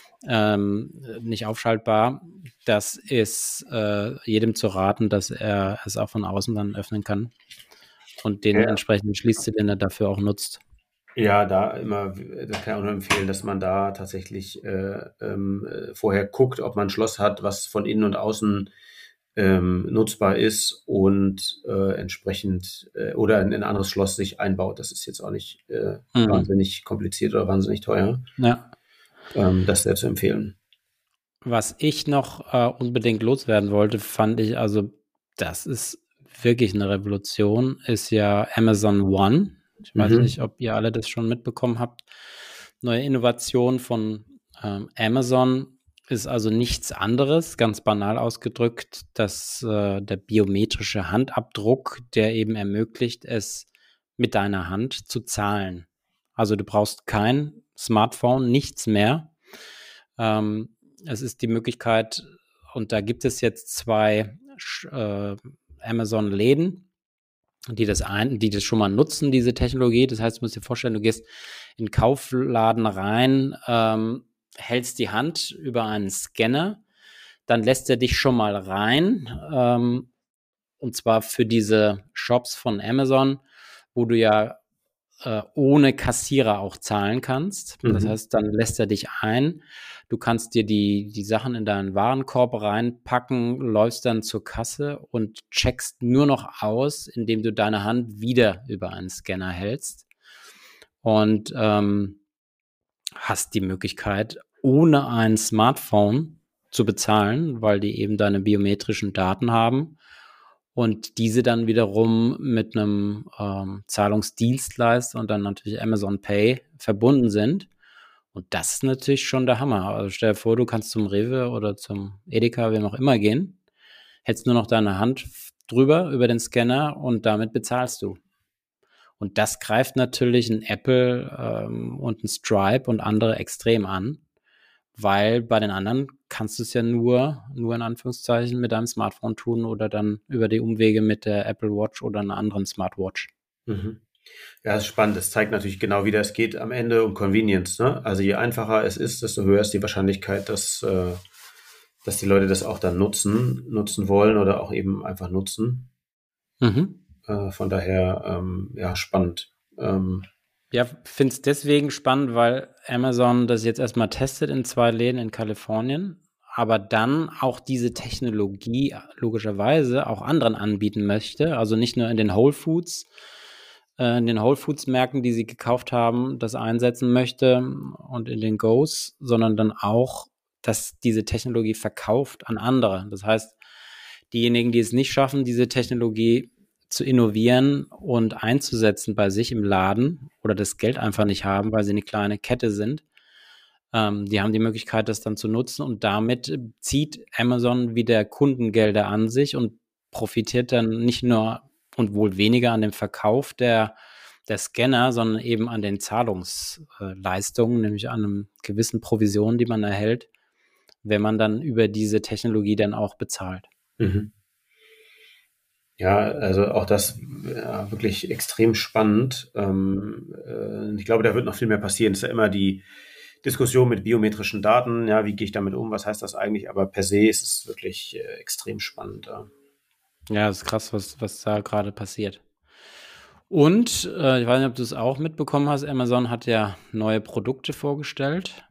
ähm, nicht aufschaltbar. Das ist äh, jedem zu raten, dass er es auch von außen dann öffnen kann und den ja. entsprechenden Schließzylinder dafür auch nutzt. Ja, da immer, das kann ich auch nur empfehlen, dass man da tatsächlich äh, ähm, vorher guckt, ob man ein Schloss hat, was von innen und außen ähm, nutzbar ist und äh, entsprechend äh, oder in ein anderes Schloss sich einbaut. Das ist jetzt auch nicht äh, mhm. wahnsinnig kompliziert oder wahnsinnig teuer. Ja. Ähm, das wäre zu empfehlen. Was ich noch äh, unbedingt loswerden wollte, fand ich, also das ist wirklich eine Revolution, ist ja Amazon One. Ich weiß mhm. nicht, ob ihr alle das schon mitbekommen habt. Neue Innovation von ähm, Amazon ist also nichts anderes, ganz banal ausgedrückt, dass äh, der biometrische Handabdruck, der eben ermöglicht, es mit deiner Hand zu zahlen. Also du brauchst kein Smartphone, nichts mehr. Ähm, es ist die Möglichkeit, und da gibt es jetzt zwei äh, Amazon-Läden, die das ein, die das schon mal nutzen, diese Technologie. Das heißt, du musst dir vorstellen, du gehst in den Kaufladen rein, ähm, hältst die Hand über einen Scanner, dann lässt er dich schon mal rein, ähm, und zwar für diese Shops von Amazon, wo du ja äh, ohne Kassierer auch zahlen kannst. Mhm. Das heißt, dann lässt er dich ein. Du kannst dir die, die Sachen in deinen Warenkorb reinpacken, läufst dann zur Kasse und checkst nur noch aus, indem du deine Hand wieder über einen Scanner hältst. Und ähm, hast die Möglichkeit, ohne ein Smartphone zu bezahlen, weil die eben deine biometrischen Daten haben und diese dann wiederum mit einem ähm, Zahlungsdienstleister und dann natürlich Amazon Pay verbunden sind. Und das ist natürlich schon der Hammer. Also stell dir vor, du kannst zum Rewe oder zum Edeka, wem auch immer gehen, hältst nur noch deine Hand drüber über den Scanner und damit bezahlst du. Und das greift natürlich ein Apple ähm, und ein Stripe und andere extrem an, weil bei den anderen kannst du es ja nur, nur in Anführungszeichen mit deinem Smartphone tun oder dann über die Umwege mit der Apple Watch oder einer anderen Smartwatch. Mhm. Ja, das ist spannend. Das zeigt natürlich genau, wie das geht am Ende um Convenience. Ne? Also je einfacher es ist, desto höher ist die Wahrscheinlichkeit, dass, äh, dass die Leute das auch dann nutzen, nutzen wollen oder auch eben einfach nutzen. Mhm. Äh, von daher, ähm, ja, spannend. Ähm, Ja, finde es deswegen spannend, weil Amazon das jetzt erstmal testet in zwei Läden in Kalifornien, aber dann auch diese Technologie logischerweise auch anderen anbieten möchte. Also nicht nur in den Whole Foods, äh, in den Whole Foods Märkten, die sie gekauft haben, das einsetzen möchte und in den Go's, sondern dann auch, dass diese Technologie verkauft an andere. Das heißt, diejenigen, die es nicht schaffen, diese Technologie zu innovieren und einzusetzen bei sich im Laden oder das Geld einfach nicht haben, weil sie eine kleine Kette sind, ähm, die haben die Möglichkeit, das dann zu nutzen und damit zieht Amazon wieder Kundengelder an sich und profitiert dann nicht nur und wohl weniger an dem Verkauf der, der Scanner, sondern eben an den Zahlungsleistungen, nämlich an einem gewissen Provision, die man erhält, wenn man dann über diese Technologie dann auch bezahlt. Mhm. Ja, also auch das ja, wirklich extrem spannend. Ähm, äh, ich glaube, da wird noch viel mehr passieren. Es ist ja immer die Diskussion mit biometrischen Daten. Ja, wie gehe ich damit um? Was heißt das eigentlich? Aber per se ist es wirklich äh, extrem spannend. Ja, ja, das ist krass, was, was da gerade passiert. Und äh, ich weiß nicht, ob du es auch mitbekommen hast, Amazon hat ja neue Produkte vorgestellt.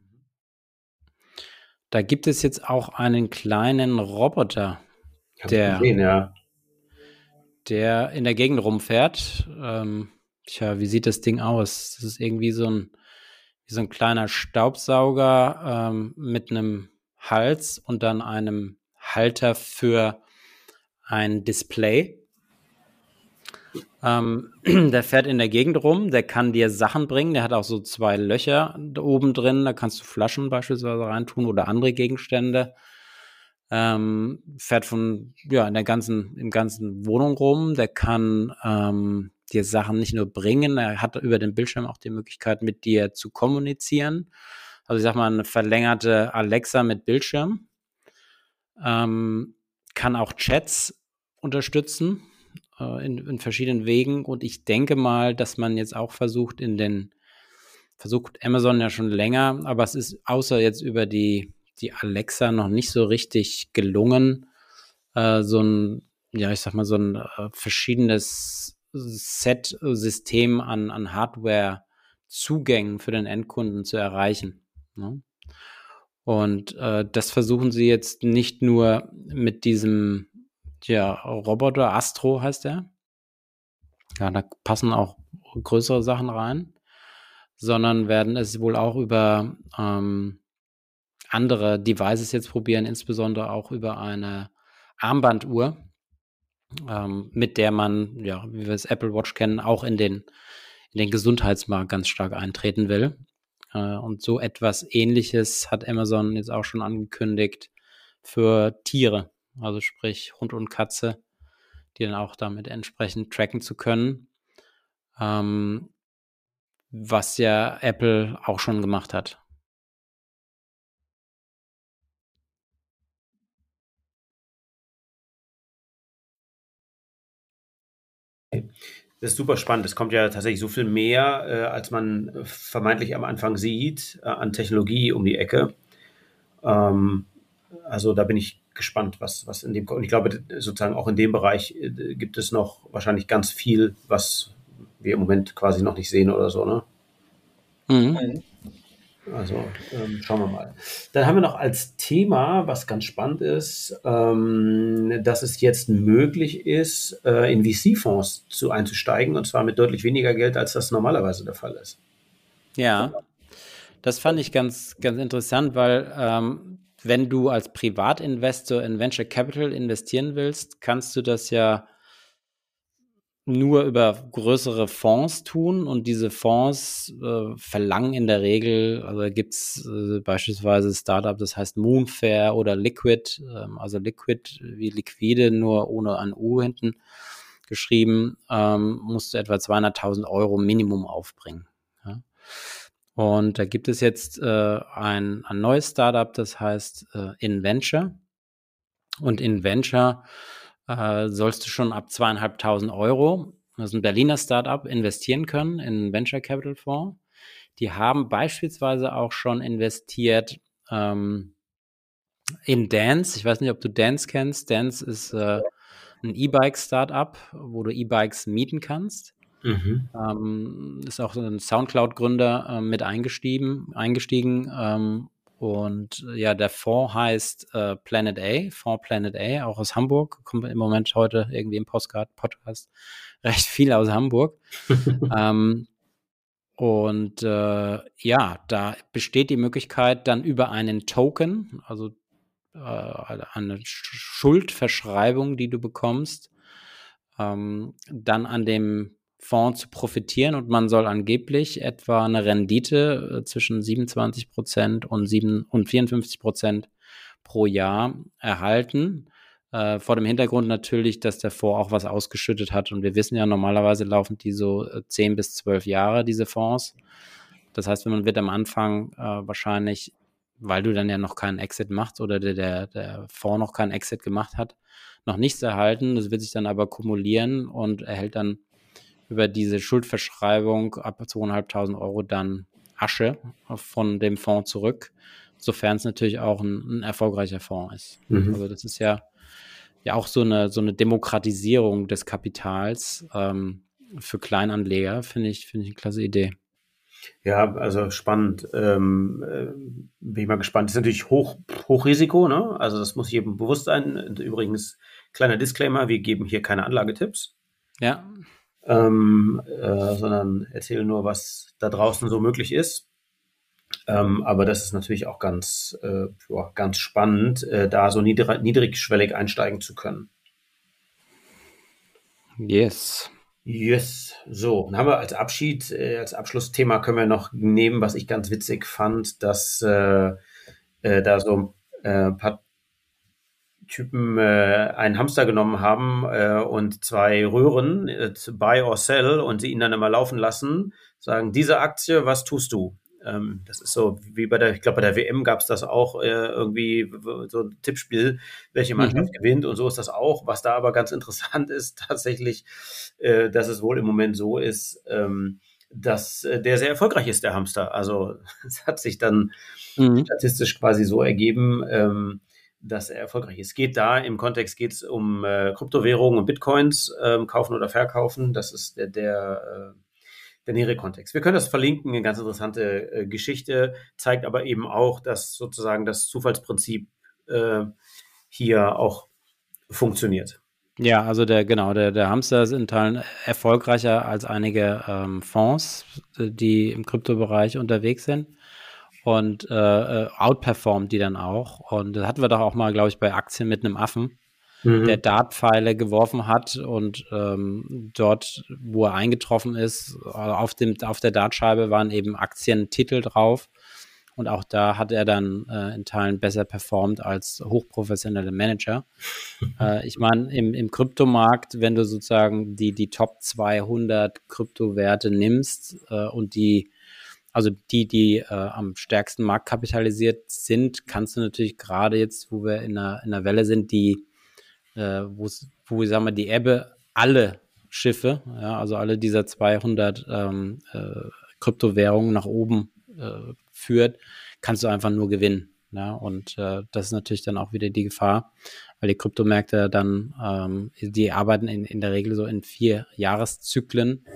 Da gibt es jetzt auch einen kleinen Roboter, Hab ich der, gesehen, ja. der in der Gegend rumfährt. Ähm, tja, wie sieht das Ding aus? Das ist irgendwie so ein, wie so ein kleiner Staubsauger ähm, mit einem Hals und dann einem Halter für ein Display. Ähm, der fährt in der Gegend rum, der kann dir Sachen bringen, der hat auch so zwei Löcher da oben drin, da kannst du Flaschen beispielsweise reintun oder andere Gegenstände. Ähm, fährt von, ja, in der ganzen, im ganzen Wohnung rum, der kann ähm, dir Sachen nicht nur bringen, er hat über den Bildschirm auch die Möglichkeit, mit dir zu kommunizieren. Also ich sag mal, eine verlängerte Alexa mit Bildschirm. Ähm, kann auch Chats unterstützen äh, in, in verschiedenen Wegen. Und ich denke mal, dass man jetzt auch versucht, in den, versucht Amazon ja schon länger, aber es ist außer jetzt über die, die Alexa noch nicht so richtig gelungen, äh, so ein, ja, ich sag mal, so ein äh, verschiedenes Set-System an, an Hardware-Zugängen für den Endkunden zu erreichen. Ne? Und äh, das versuchen sie jetzt nicht nur mit diesem, ja, Roboter, Astro heißt der. Ja, da passen auch größere Sachen rein, sondern werden es wohl auch über ähm, andere Devices jetzt probieren, insbesondere auch über eine Armbanduhr, ähm, mit der man, ja, wie wir es Apple Watch kennen, auch in den, in den Gesundheitsmarkt ganz stark eintreten will. Äh, und so etwas Ähnliches hat Amazon jetzt auch schon angekündigt für Tiere, also sprich Hund und Katze, die dann auch damit entsprechend tracken zu können, ähm, was ja Apple auch schon gemacht hat. Das ist super spannend. Es kommt ja tatsächlich so viel mehr, äh, als man äh, vermeintlich am Anfang sieht, äh, an Technologie um die Ecke. Ähm, also da bin ich gespannt, was, was in dem kommt. Und ich glaube, sozusagen auch in dem Bereich äh, gibt es noch wahrscheinlich ganz viel, was wir im Moment quasi noch nicht sehen oder so, ne? Mhm. Also ähm, schauen wir mal. Dann haben wir noch als Thema, was ganz spannend ist, ähm, dass es jetzt möglich ist, äh, in V C-Fonds zu einzusteigen, und zwar mit deutlich weniger Geld, als das normalerweise der Fall ist. Ja, das fand ich ganz, ganz interessant, weil ähm, wenn du als Privatinvestor in Venture Capital investieren willst, kannst du das ja nur über größere Fonds tun und diese Fonds äh, verlangen in der Regel, also da gibt es äh, beispielsweise Startup, das heißt Moonfair oder Liquid, ähm, also Liquid wie liquide, nur ohne ein U hinten geschrieben, ähm, musst du etwa zweihunderttausend Euro Minimum aufbringen. Ja? Und da gibt es jetzt äh, ein, ein neues Startup, das heißt äh, InVenture. Und InVenture äh, sollst du schon ab zweieinhalbtausend Euro, das ist ein Berliner Startup, investieren können in einen Venture Capital Fonds. Die haben beispielsweise auch schon investiert ähm, in Dance. Ich weiß nicht, ob du Dance kennst. Dance ist äh, ein E-Bike-Startup, wo du E-Bikes mieten kannst. Mhm. Ähm, ist auch so ein Soundcloud-Gründer äh, mit eingestiegen, eingestiegen ähm, und äh, ja, der Fonds heißt äh, Planet A, Fonds Planet A, auch aus Hamburg, kommt im Moment heute irgendwie im Postcard, Podcast recht viel aus Hamburg. ähm, und äh, ja, da besteht die Möglichkeit, dann über einen Token, also äh, eine Schuldverschreibung, die du bekommst, ähm, dann an dem Fonds zu profitieren, und man soll angeblich etwa eine Rendite äh, zwischen siebenundzwanzig Prozent und, sieben und vierundfünfzig Prozent pro Jahr erhalten. Äh, vor dem Hintergrund natürlich, dass der Fonds auch was ausgeschüttet hat. Und wir wissen ja, normalerweise laufen die so äh, zehn bis zwölf Jahre, diese Fonds. Das heißt, man wird am Anfang äh, wahrscheinlich, weil du dann ja noch keinen Exit machst oder der, der, der Fonds noch keinen Exit gemacht hat, noch nichts erhalten. Das wird sich dann aber kumulieren und erhält dann über diese Schuldverschreibung ab zweieinhalbtausend Euro dann Asche von dem Fonds zurück, sofern es natürlich auch ein, ein erfolgreicher Fonds ist. Mhm. Also das ist ja, ja auch so eine, so eine Demokratisierung des Kapitals, ähm, für Kleinanleger finde ich, finde ich eine klasse Idee. Ja, also spannend. Ähm, äh, bin ich mal gespannt. Das ist natürlich hoch, Hochrisiko, ne? Also das muss jedem bewusst sein. Übrigens, kleiner Disclaimer, wir geben hier keine Anlagetipps. Ja. Ähm, äh, sondern erzählen nur, was da draußen so möglich ist. Ähm, aber das ist natürlich auch ganz, äh, ja, ganz spannend, äh, da so niedrig, niedrigschwellig einsteigen zu können. Yes. Yes. So, dann haben wir als Abschied, äh, als Abschlussthema können wir noch nehmen, was ich ganz witzig fand, dass äh, äh, da so äh, ein paar Typen äh, einen Hamster genommen haben äh, und zwei Röhren, äh, buy or sell, und sie ihn dann immer laufen lassen, sagen, diese Aktie, was tust du? Ähm, das ist so wie bei der, ich glaube bei der W M gab es das auch äh, irgendwie so ein Tippspiel, welche Mannschaft mhm. gewinnt, und so ist das auch. Was da aber ganz interessant ist tatsächlich, äh, dass es wohl im Moment so ist, ähm, dass äh, der sehr erfolgreich ist, der Hamster. Also es hat sich dann mhm. statistisch quasi so ergeben, ähm, dass er erfolgreich ist. Es geht da, im Kontext geht es um äh, Kryptowährungen und Bitcoins, ähm, kaufen oder verkaufen. Das ist der, der, äh, der nähere Kontext. Wir können das verlinken, eine ganz interessante äh, Geschichte, zeigt aber eben auch, dass sozusagen das Zufallsprinzip äh, hier auch funktioniert. Ja, also der, genau, der, der Hamster ist in Teilen erfolgreicher als einige ähm, Fonds, die im Kryptobereich unterwegs sind. Und äh, outperformt die dann auch. Und das hatten wir doch auch mal, glaube ich, bei Aktien mit einem Affen, mhm. der Dartpfeile geworfen hat und ähm, dort, wo er eingetroffen ist, auf, dem, auf der Dartscheibe waren eben Aktientitel drauf. Und auch da hat er dann äh, in Teilen besser performt als hochprofessionelle Manager. äh, ich meine, im, im Kryptomarkt, wenn du sozusagen die, die Top zweihundert Kryptowerte nimmst äh, und die Also die, die äh, am stärksten marktkapitalisiert sind, kannst du natürlich gerade jetzt, wo wir in einer, in einer Welle sind, die, äh, wo, ich sag mal, die Ebbe alle Schiffe, ja, also alle dieser zweihundert ähm, äh, Kryptowährungen nach oben äh, führt, kannst du einfach nur gewinnen. Ja? Und äh, das ist natürlich dann auch wieder die Gefahr, weil die Kryptomärkte dann, ähm, die arbeiten in, in der Regel so in vier Jahreszyklen.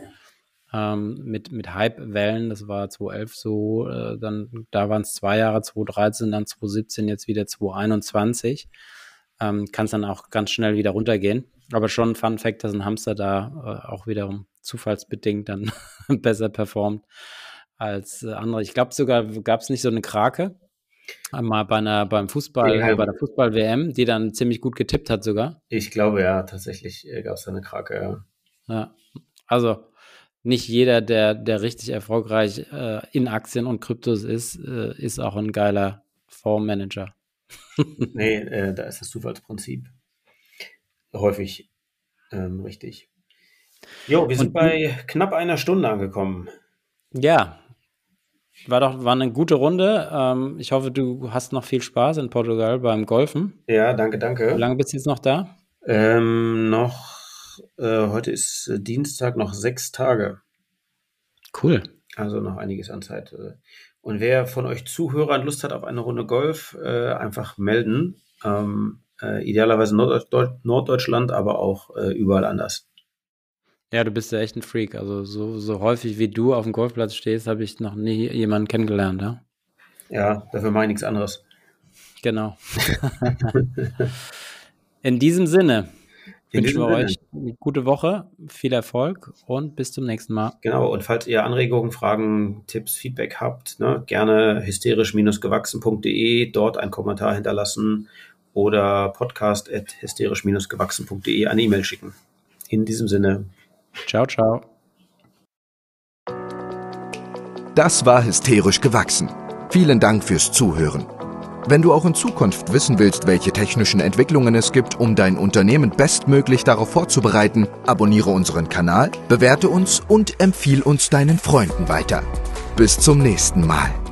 Ähm, mit, mit Hype-Wellen, das war zweitausendelf so, äh, dann, da waren es zwei Jahre, zweitausenddreizehn, dann zweitausendsiebzehn, jetzt wieder zweitausendeinundzwanzig. Ähm, kann es dann auch ganz schnell wieder runtergehen. Aber schon ein Fun-Fact, dass ein Hamster da äh, auch wiederum zufallsbedingt dann besser performt als äh, andere. Ich glaube sogar, gab es nicht so eine Krake, einmal bei einer, beim Fußball, ja, bei der Fußball-W M, die dann ziemlich gut getippt hat sogar. Ich glaube, ja, tatsächlich äh, gab es da eine Krake, ja. Ja, also nicht jeder, der, der richtig erfolgreich äh, in Aktien und Kryptos ist, äh, ist auch ein geiler Fondsmanager. Nee, äh, da ist das Zufallsprinzip häufig ähm, richtig. Jo, wir sind und, bei knapp einer Stunde angekommen. Ja, war doch war eine gute Runde. Ähm, ich hoffe, du hast noch viel Spaß in Portugal beim Golfen. Ja, danke, danke. Wie lange bist du jetzt noch da? Ähm, noch Äh, heute ist äh, Dienstag, noch sechs Tage. Cool. Also noch einiges an Zeit. Und wer von euch Zuhörern Lust hat auf eine Runde Golf, äh, einfach melden. Ähm, äh, idealerweise Norddeutsch- Norddeutschland, aber auch äh, überall anders. Ja, du bist ja echt ein Freak. Also so, so häufig wie du auf dem Golfplatz stehst, habe ich noch nie jemanden kennengelernt. Ja, ja, dafür mache ich nichts anderes. Genau. In diesem Sinne wünschen wir euch eine gute Woche, viel Erfolg und bis zum nächsten Mal. Genau, und falls ihr Anregungen, Fragen, Tipps, Feedback habt, ne, gerne hysterisch gewachsen punkt de, dort einen Kommentar hinterlassen oder podcast at hysterisch gewachsen punkt de eine E-Mail schicken. In diesem Sinne. Ciao, ciao. Das war Hysterisch gewachsen. Vielen Dank fürs Zuhören. Wenn du auch in Zukunft wissen willst, welche technischen Entwicklungen es gibt, um dein Unternehmen bestmöglich darauf vorzubereiten, abonniere unseren Kanal, bewerte uns und empfiehl uns deinen Freunden weiter. Bis zum nächsten Mal.